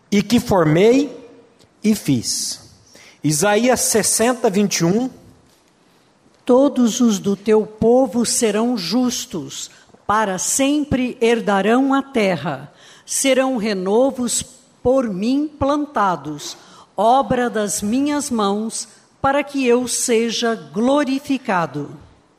e que formei e fiz. Isaías sessenta, vinte e um. Todos os do teu povo serão justos, para sempre herdarão a terra. Serão renovos por mim plantados, obra das minhas mãos, para que eu seja glorificado.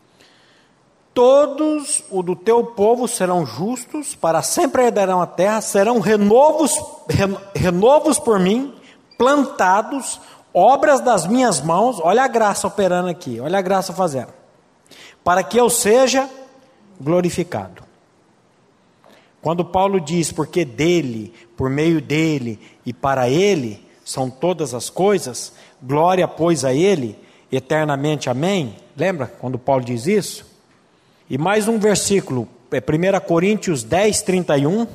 Todos o do teu povo serão justos, para sempre herdarão a terra, serão renovos, renovos por mim, plantados, obras das minhas mãos. Olha a graça operando aqui, olha a graça fazendo, para que eu seja glorificado. Quando Paulo diz, porque dele, por meio dele e para ele são todas as coisas, glória pois a ele, eternamente amém. Lembra quando Paulo diz isso? E mais um versículo, é primeira Coríntios dez, trinta e um.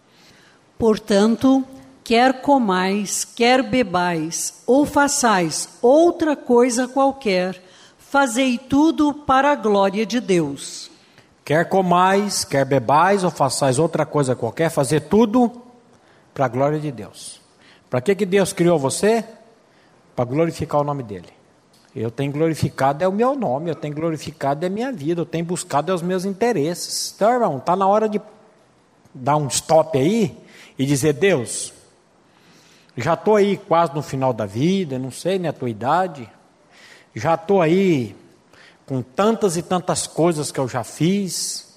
Portanto, quer comais, quer bebais, ou façais outra coisa qualquer, fazei tudo para a glória de Deus. Quer comais, quer bebais, ou façais outra coisa qualquer, fazer tudo para a glória de Deus. Para que que Deus criou você? Para glorificar o nome dele. Eu tenho glorificado é o meu nome, eu tenho glorificado é a minha vida, eu tenho buscado é os meus interesses. Então, irmão, está na hora de dar um stop aí e dizer, Deus, já estou aí quase no final da vida, não sei, né, a tua idade, já estou aí com tantas e tantas coisas que eu já fiz,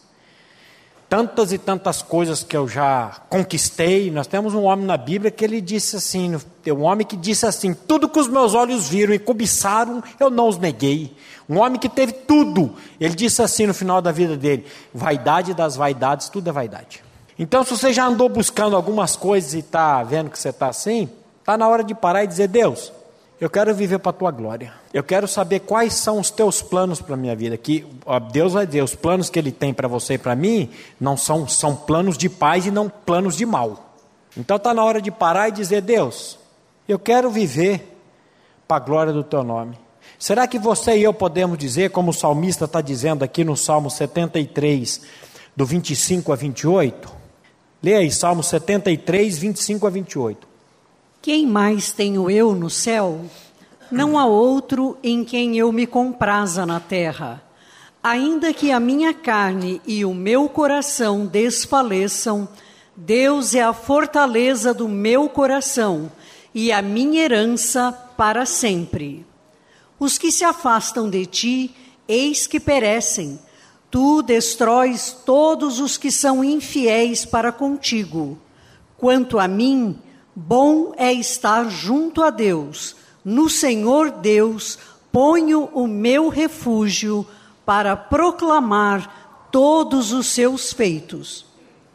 tantas e tantas coisas que eu já conquistei. Nós temos um homem na Bíblia que ele disse assim, um homem que disse assim, tudo que os meus olhos viram e cobiçaram, eu não os neguei. Um homem que teve tudo, ele disse assim no final da vida dele, vaidade das vaidades, tudo é vaidade. Então, se você já andou buscando algumas coisas e está vendo que você está assim, está na hora de parar e dizer, Deus, eu quero viver para a tua glória. Eu quero saber quais são os teus planos para a minha vida. Que Deus vai dizer, os planos que Ele tem para você e para mim, não são, são planos de paz e não planos de mal. Então está na hora de parar e dizer, Deus, eu quero viver para a glória do teu nome. Será que você e eu podemos dizer, como o salmista está dizendo aqui no Salmo setenta e três, do vinte e cinco a vinte e oito? Leia aí, Salmo setenta e três, vinte e cinco a vinte e oito. Quem mais tenho eu no céu? Não há outro em quem eu me compraza na terra. Ainda que a minha carne e o meu coração desfaleçam, Deus é a fortaleza do meu coração e a minha herança para sempre. Os que se afastam de ti, eis que perecem. Tu destróis todos os que são infiéis para contigo. Quanto a mim, bom é estar junto a Deus. No Senhor Deus ponho o meu refúgio para proclamar todos os seus feitos.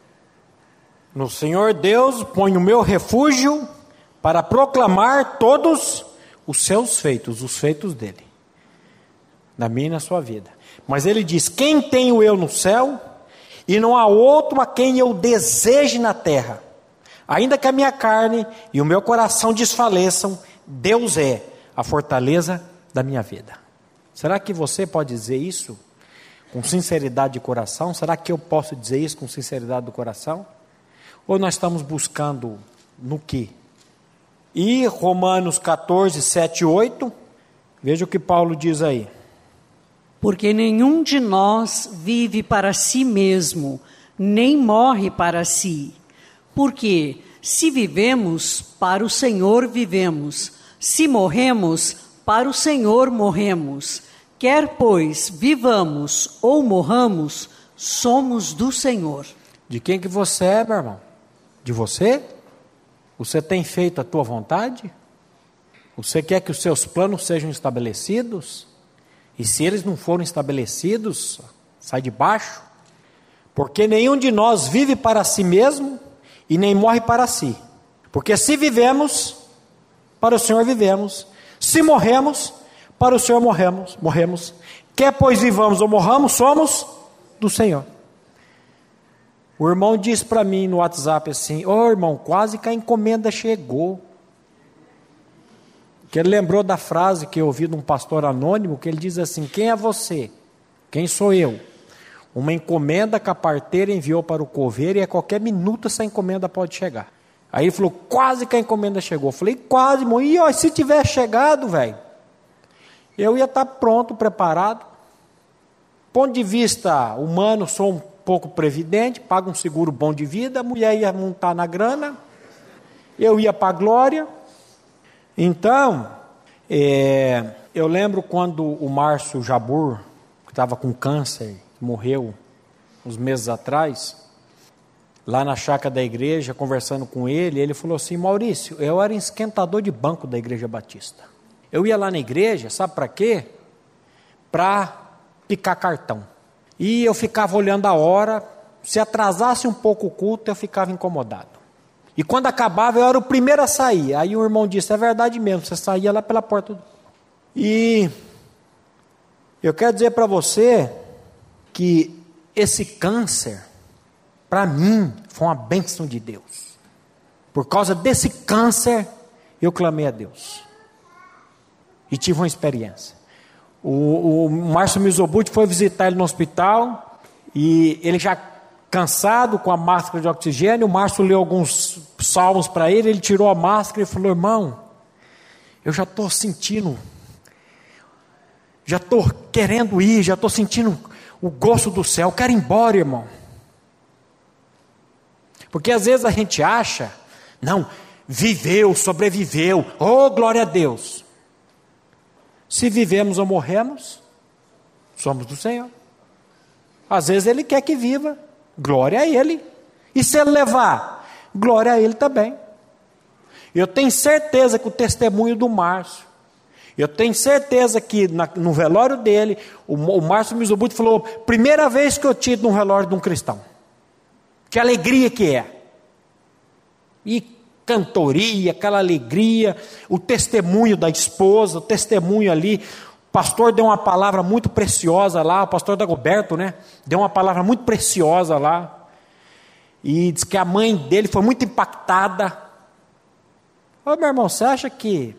No Senhor Deus ponho o meu refúgio para proclamar todos os seus feitos, os feitos dele, na minha e na sua vida. Mas ele diz, quem tenho eu no céu, e não há outro a quem eu deseje na terra. Ainda que a minha carne e o meu coração desfaleçam, Deus é a fortaleza da minha vida. Será que você pode dizer isso com sinceridade de coração? Será que eu posso dizer isso com sinceridade do coração? Ou nós estamos buscando no quê? E Romanos catorze, sete e oito, veja o que Paulo diz aí. Porque nenhum de nós vive para si mesmo, nem morre para si. Porque se vivemos, para o Senhor vivemos. Se morremos, para o Senhor morremos. Quer, pois, vivamos ou morramos, somos do Senhor. De quem que você é, meu irmão? De você? Você tem feito a tua vontade? Você quer que os seus planos sejam estabelecidos? E se eles não forem estabelecidos, sai de baixo. Porque nenhum de nós vive para si mesmo e nem morre para si. Porque se vivemos, para o Senhor vivemos. Se morremos, para o Senhor morremos. morremos. Quer pois vivamos ou morramos, somos do Senhor. O irmão disse para mim no WhatsApp assim, ô oh, irmão, quase que a encomenda chegou. Que ele lembrou da frase que eu ouvi de um pastor anônimo, que ele diz assim, quem é você? Quem sou eu? Uma encomenda que a parteira enviou para o coveiro e a qualquer minuto essa encomenda pode chegar. Aí ele falou, quase que a encomenda chegou. Eu falei, quase, irmão. E ó, se tiver chegado, velho, eu ia estar pronto, preparado. Ponto de vista humano, sou um pouco previdente, pago um seguro bom de vida, a mulher ia montar na grana, eu ia para a glória. Então, é, eu lembro quando o Márcio Jabur, que estava com câncer, morreu uns meses atrás, lá na chácara da igreja, conversando com ele, ele falou assim, Maurício, eu era esquentador de banco da Igreja Batista. Eu ia lá na igreja, sabe para quê? Para picar cartão. E eu ficava olhando a hora, se atrasasse um pouco o culto, eu ficava incomodado. E quando acabava, eu era o primeiro a sair. Aí o irmão disse, é verdade mesmo, você saía lá pela porta. Do... E eu quero dizer para você que esse câncer, para mim, foi uma bênção de Deus. Por causa desse câncer, eu clamei a Deus. E tive uma experiência. O, o Márcio Mizobuti foi visitar ele no hospital, e ele já cansado, com a máscara de oxigênio, o Márcio leu alguns salmos para ele, ele tirou a máscara e falou, irmão, eu já estou sentindo, já estou querendo ir, já estou sentindo o gosto do céu, quero ir embora, irmão. Porque às vezes a gente acha, não, viveu, sobreviveu, oh glória a Deus. Se vivemos ou morremos, somos do Senhor. Às vezes Ele quer que viva, glória a Ele. E se Ele levar, glória a Ele também. Eu tenho certeza que o testemunho do Márcio, eu tenho certeza que na, no velório dele, o, o Márcio Mizobuti falou, primeira vez que eu tiro um velório de um cristão. Que alegria que é. E cantoria, aquela alegria, o testemunho da esposa, o testemunho ali, o pastor deu uma palavra muito preciosa lá, o pastor Dagoberto, né, deu uma palavra muito preciosa lá, e diz que a mãe dele foi muito impactada. Ô meu irmão, você acha que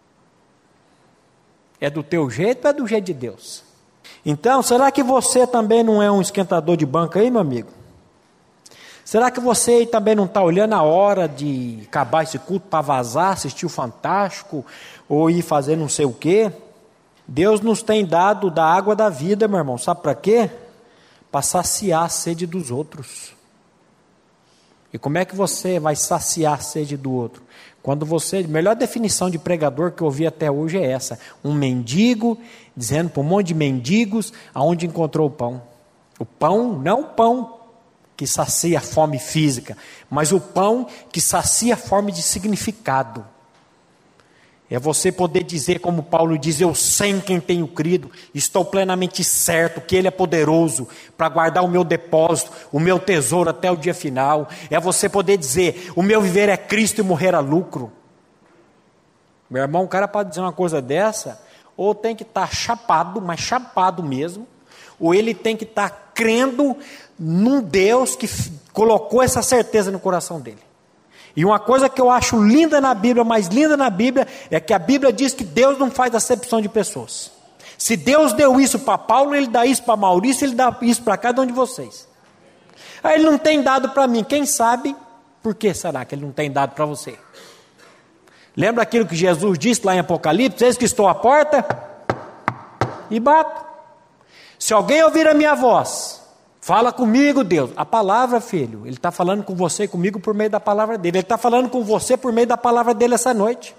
é do teu jeito ou é do jeito de Deus? Então, será que você também não é um esquentador de banco aí, meu amigo? Será que você também não está olhando a hora de acabar esse culto para vazar, assistir o Fantástico, ou ir fazer não sei o quê? Deus nos tem dado da água da vida, meu irmão, sabe para quê? Para saciar a sede dos outros. E como é que você vai saciar a sede do outro? Quando você, a melhor definição de pregador que eu ouvi até hoje é essa, um mendigo dizendo para um monte de mendigos aonde encontrou o pão. O pão, não o pão que sacia a fome física, mas o pão que sacia a fome de significado. É você poder dizer, como Paulo diz, eu sei em quem tenho crido, estou plenamente certo que Ele é poderoso para guardar o meu depósito, o meu tesouro até o dia final. É você poder dizer, o meu viver é Cristo e morrer a lucro. Meu irmão, o cara pode dizer uma coisa dessa, ou tem que estar chapado, mas chapado mesmo, ou ele tem que estar crendo num Deus que colocou essa certeza no coração dele. E uma coisa que eu acho linda na Bíblia, mais linda na Bíblia, é que a Bíblia diz que Deus não faz acepção de pessoas. Se Deus deu isso para Paulo, Ele dá isso para Maurício, Ele dá isso para cada um de vocês. Aí Ele não tem dado para mim, quem sabe, por que será que Ele não tem dado para você? Lembra aquilo que Jesus disse lá em Apocalipse, eis que estou à porta e bato. Se alguém ouvir a minha voz, fala comigo, Deus. A palavra, filho, Ele está falando com você e comigo por meio da palavra dEle. Ele está falando com você por meio da palavra dEle essa noite.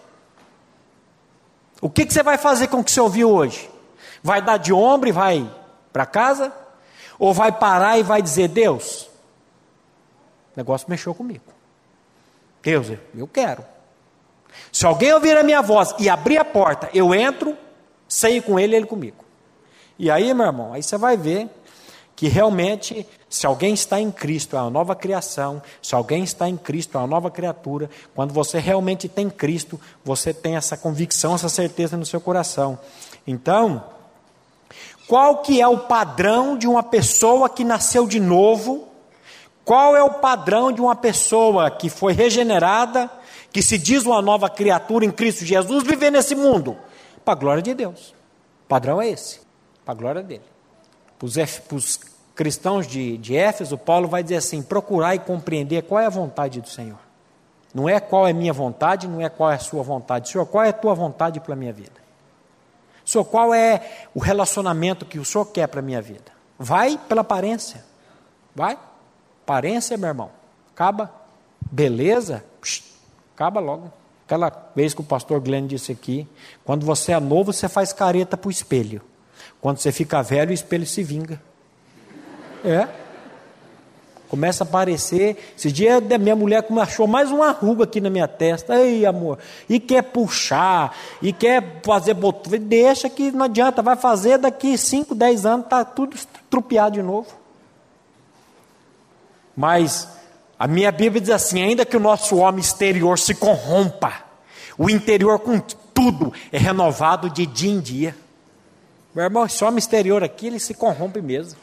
O que, que você vai fazer com o que você ouviu hoje? Vai dar de ombro e vai para casa? Ou vai parar e vai dizer, Deus, o negócio mexeu comigo. Deus, eu quero. Se alguém ouvir a minha voz e abrir a porta, eu entro, saio com ele e ele comigo. E aí, meu irmão, aí você vai ver que realmente, se alguém está em Cristo, é uma nova criação. Se alguém está em Cristo, é uma nova criatura. Quando você realmente tem Cristo, você tem essa convicção, essa certeza no seu coração. Então, qual que é o padrão de uma pessoa que nasceu de novo? Qual é o padrão de uma pessoa que foi regenerada, que se diz uma nova criatura em Cristo Jesus, viver nesse mundo? Para a glória de Deus. O padrão é esse, para a glória dele. Para os cristãos de, de Éfeso, Paulo vai dizer assim, procurar e compreender qual é a vontade do Senhor. Não é qual é a minha vontade, não é qual é a sua vontade. Senhor, qual é a tua vontade para a minha vida? Senhor, qual é o relacionamento que o Senhor quer para a minha vida? Vai pela aparência. Vai. Aparência, meu irmão. Acaba. Beleza. Psh, acaba logo. Aquela vez que o pastor Glenn disse aqui, quando você é novo, você faz careta para o espelho. Quando você fica velho, o espelho se vinga. É. Começa a aparecer. Esse dia minha mulher achou mais uma ruga aqui na minha testa. Ei, amor. E quer puxar. E quer fazer botão. Deixa que não adianta. Vai fazer daqui cinco, dez anos. Está tudo estrupiado de novo. Mas a minha Bíblia diz assim: ainda que o nosso homem exterior se corrompa, o interior com tudo é renovado de dia em dia. Meu irmão, esse homem exterior aqui, ele se corrompe mesmo.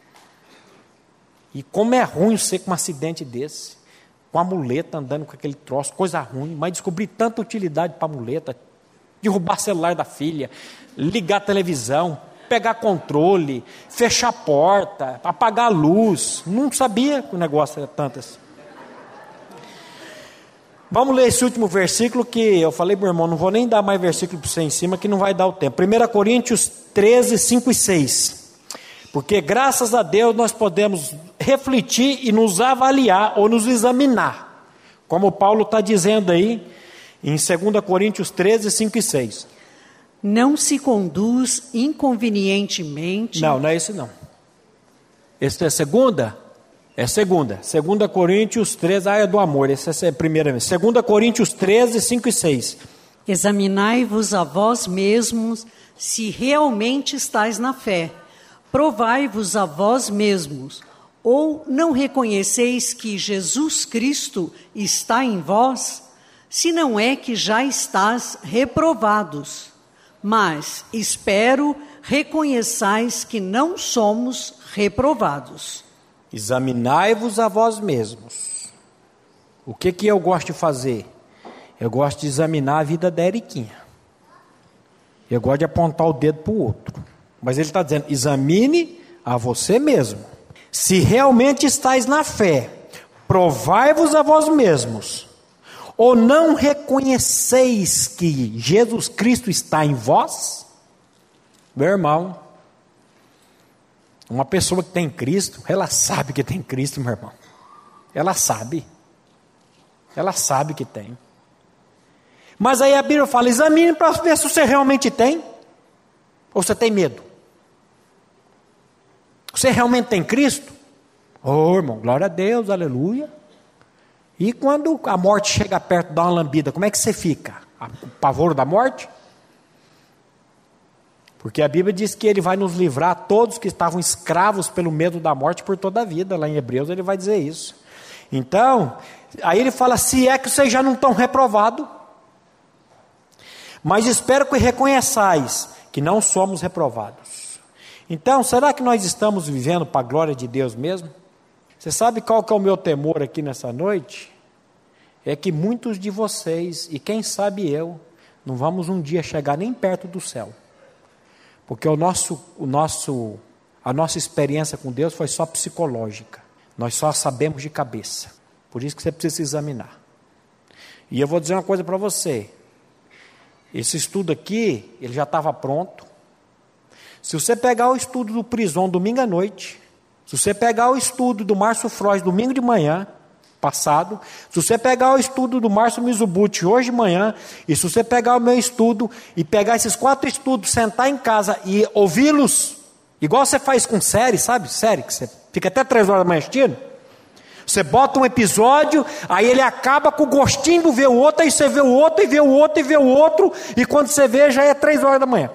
E como é ruim ser com um acidente desse, com a muleta andando com aquele troço, coisa ruim, mas descobri tanta utilidade para a muleta, derrubar celular da filha, ligar a televisão, pegar controle, fechar a porta, apagar a luz. Não sabia que o negócio era tanto assim. Vamos ler esse último versículo que eu falei, meu irmão, não vou nem dar mais versículo para você em cima, que não vai dar o tempo. primeira Coríntios treze, cinco e seis. Porque graças a Deus nós podemos refletir e nos avaliar ou nos examinar. Como Paulo está dizendo aí em segunda Coríntios treze, cinco e seis. Não se conduz inconvenientemente. Não, não é esse não. Esse é segunda? É segunda. segunda Coríntios treze, ah, é do amor. Esse é a primeira vez. segunda Coríntios treze, cinco e seis. Examinai-vos a vós mesmos se realmente estáis na fé. Provai-vos a vós mesmos, ou não reconheceis que Jesus Cristo está em vós? Se não é que já estás reprovados. Mas espero reconheçais que não somos reprovados. Examinai-vos a vós mesmos. O que que eu gosto de fazer? Eu gosto de examinar a vida da Eriquinha. Eu gosto de apontar o dedo para o outro. Mas ele está dizendo, examine a você mesmo. Se realmente estáis na fé, provai-vos a vós mesmos. Ou não reconheceis que Jesus Cristo está em vós? Meu irmão, uma pessoa que tem Cristo, ela sabe que tem Cristo, meu irmão. Ela sabe. Ela sabe que tem. Mas aí a Bíblia fala, examine para ver se você realmente tem. Ou você tem medo? Você realmente tem Cristo? Oh, irmão, glória a Deus, aleluia. E quando a morte chega perto, dá uma lambida, como é que você fica? O pavor da morte? Porque a Bíblia diz que Ele vai nos livrar, todos que estavam escravos pelo medo da morte por toda a vida. Lá em Hebreus Ele vai dizer isso. Então, aí Ele fala, se é que vocês já não estão reprovados, mas espero que reconheçais que não somos reprovados. Então, será que nós estamos vivendo para a glória de Deus mesmo? Você sabe qual que é o meu temor aqui nessa noite? É que muitos de vocês, e quem sabe eu, não vamos um dia chegar nem perto do céu. Porque o nosso, o nosso, a nossa experiência com Deus foi só psicológica. Nós só sabemos de cabeça. Por isso que você precisa se examinar. E eu vou dizer uma coisa para você. Esse estudo aqui, ele já estava pronto. Se você pegar o estudo do Prison domingo à noite, se você pegar o estudo do Márcio Freud domingo de manhã, passado, se você pegar o estudo do Márcio Mizubuchi hoje de manhã, e se você pegar o meu estudo e pegar esses quatro estudos, sentar em casa e ouvi-los, igual você faz com série, sabe? Série, que você fica até três horas da manhã assistindo. Você bota um episódio, aí ele acaba com o gostinho de ver o outro, aí você vê o outro, e vê o outro, e vê o outro, e quando você vê, já é três horas da manhã.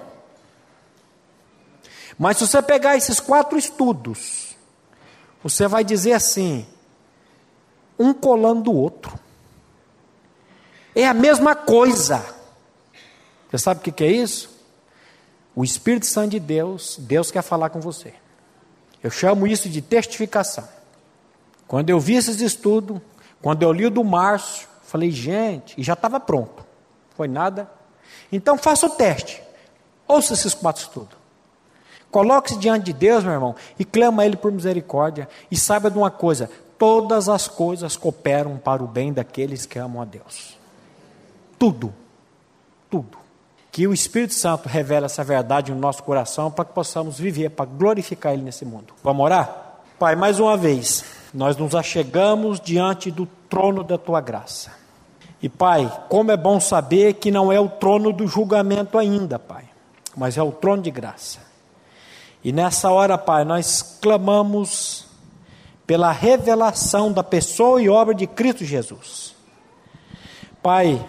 Mas se você pegar esses quatro estudos, você vai dizer assim, um colando do outro. É a mesma coisa. Você sabe o que é isso? O Espírito Santo de Deus, Deus quer falar com você. Eu chamo isso de testificação. Quando eu vi esses estudos, quando eu li o do Márcio, falei, gente, e já estava pronto. Foi nada. Então faça o teste. Ouça esses quatro estudos. Coloque-se diante de Deus, meu irmão, e clama a Ele por misericórdia. E saiba de uma coisa, todas as coisas cooperam para o bem daqueles que amam a Deus. Tudo, tudo. Que o Espírito Santo revele essa verdade no nosso coração para que possamos viver, para glorificar Ele nesse mundo. Vamos orar? Pai, mais uma vez, nós nos achegamos diante do trono da Tua graça. E Pai, como é bom saber que não é o trono do julgamento ainda, Pai, mas é o trono de graça. E nessa hora, Pai, nós clamamos pela revelação da pessoa e obra de Cristo Jesus. Pai,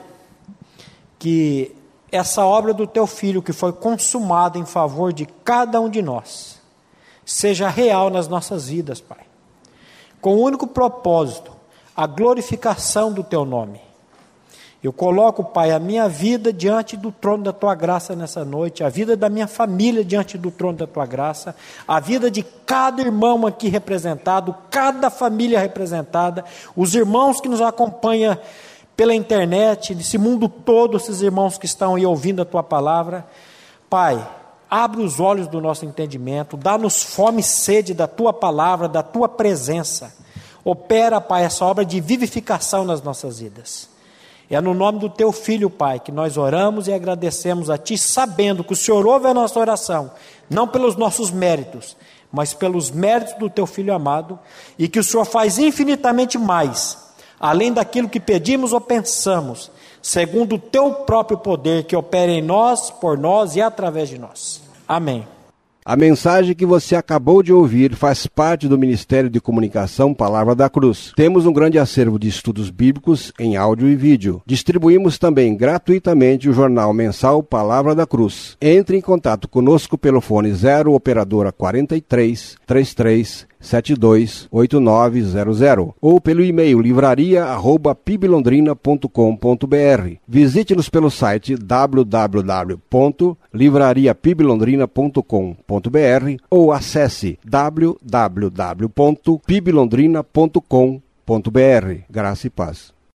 que essa obra do Teu Filho que foi consumada em favor de cada um de nós, seja real nas nossas vidas, Pai. Com o único propósito, a glorificação do Teu nome. Eu coloco, Pai, a minha vida diante do trono da Tua graça nessa noite, a vida da minha família diante do trono da Tua graça, a vida de cada irmão aqui representado, cada família representada, os irmãos que nos acompanham pela internet, nesse mundo todo, esses irmãos que estão aí ouvindo a Tua palavra. Pai, abre os olhos do nosso entendimento, dá-nos fome e sede da Tua palavra, da Tua presença. Opera, Pai, essa obra de vivificação nas nossas vidas. É no nome do Teu Filho, Pai, que nós oramos e agradecemos a Ti, sabendo que o Senhor ouve a nossa oração, não pelos nossos méritos, mas pelos méritos do Teu Filho amado, e que o Senhor faz infinitamente mais, além daquilo que pedimos ou pensamos, segundo o Teu próprio poder que opera em nós, por nós e através de nós. Amém. A mensagem que você acabou de ouvir faz parte do Ministério de Comunicação Palavra da Cruz. Temos um grande acervo de estudos bíblicos em áudio e vídeo. Distribuímos também gratuitamente o jornal mensal Palavra da Cruz. Entre em contato conosco pelo fone zero operadora quarenta e três, trinta e três, setenta e dois, oitenta e nove zero zero ou pelo e-mail livraria arroba piblondrina ponto com ponto br. Visite-nos pelo site w w w ponto livraria piblondrina ponto com ponto br ou acesse w w w ponto piblondrina ponto com ponto br. Graça e paz.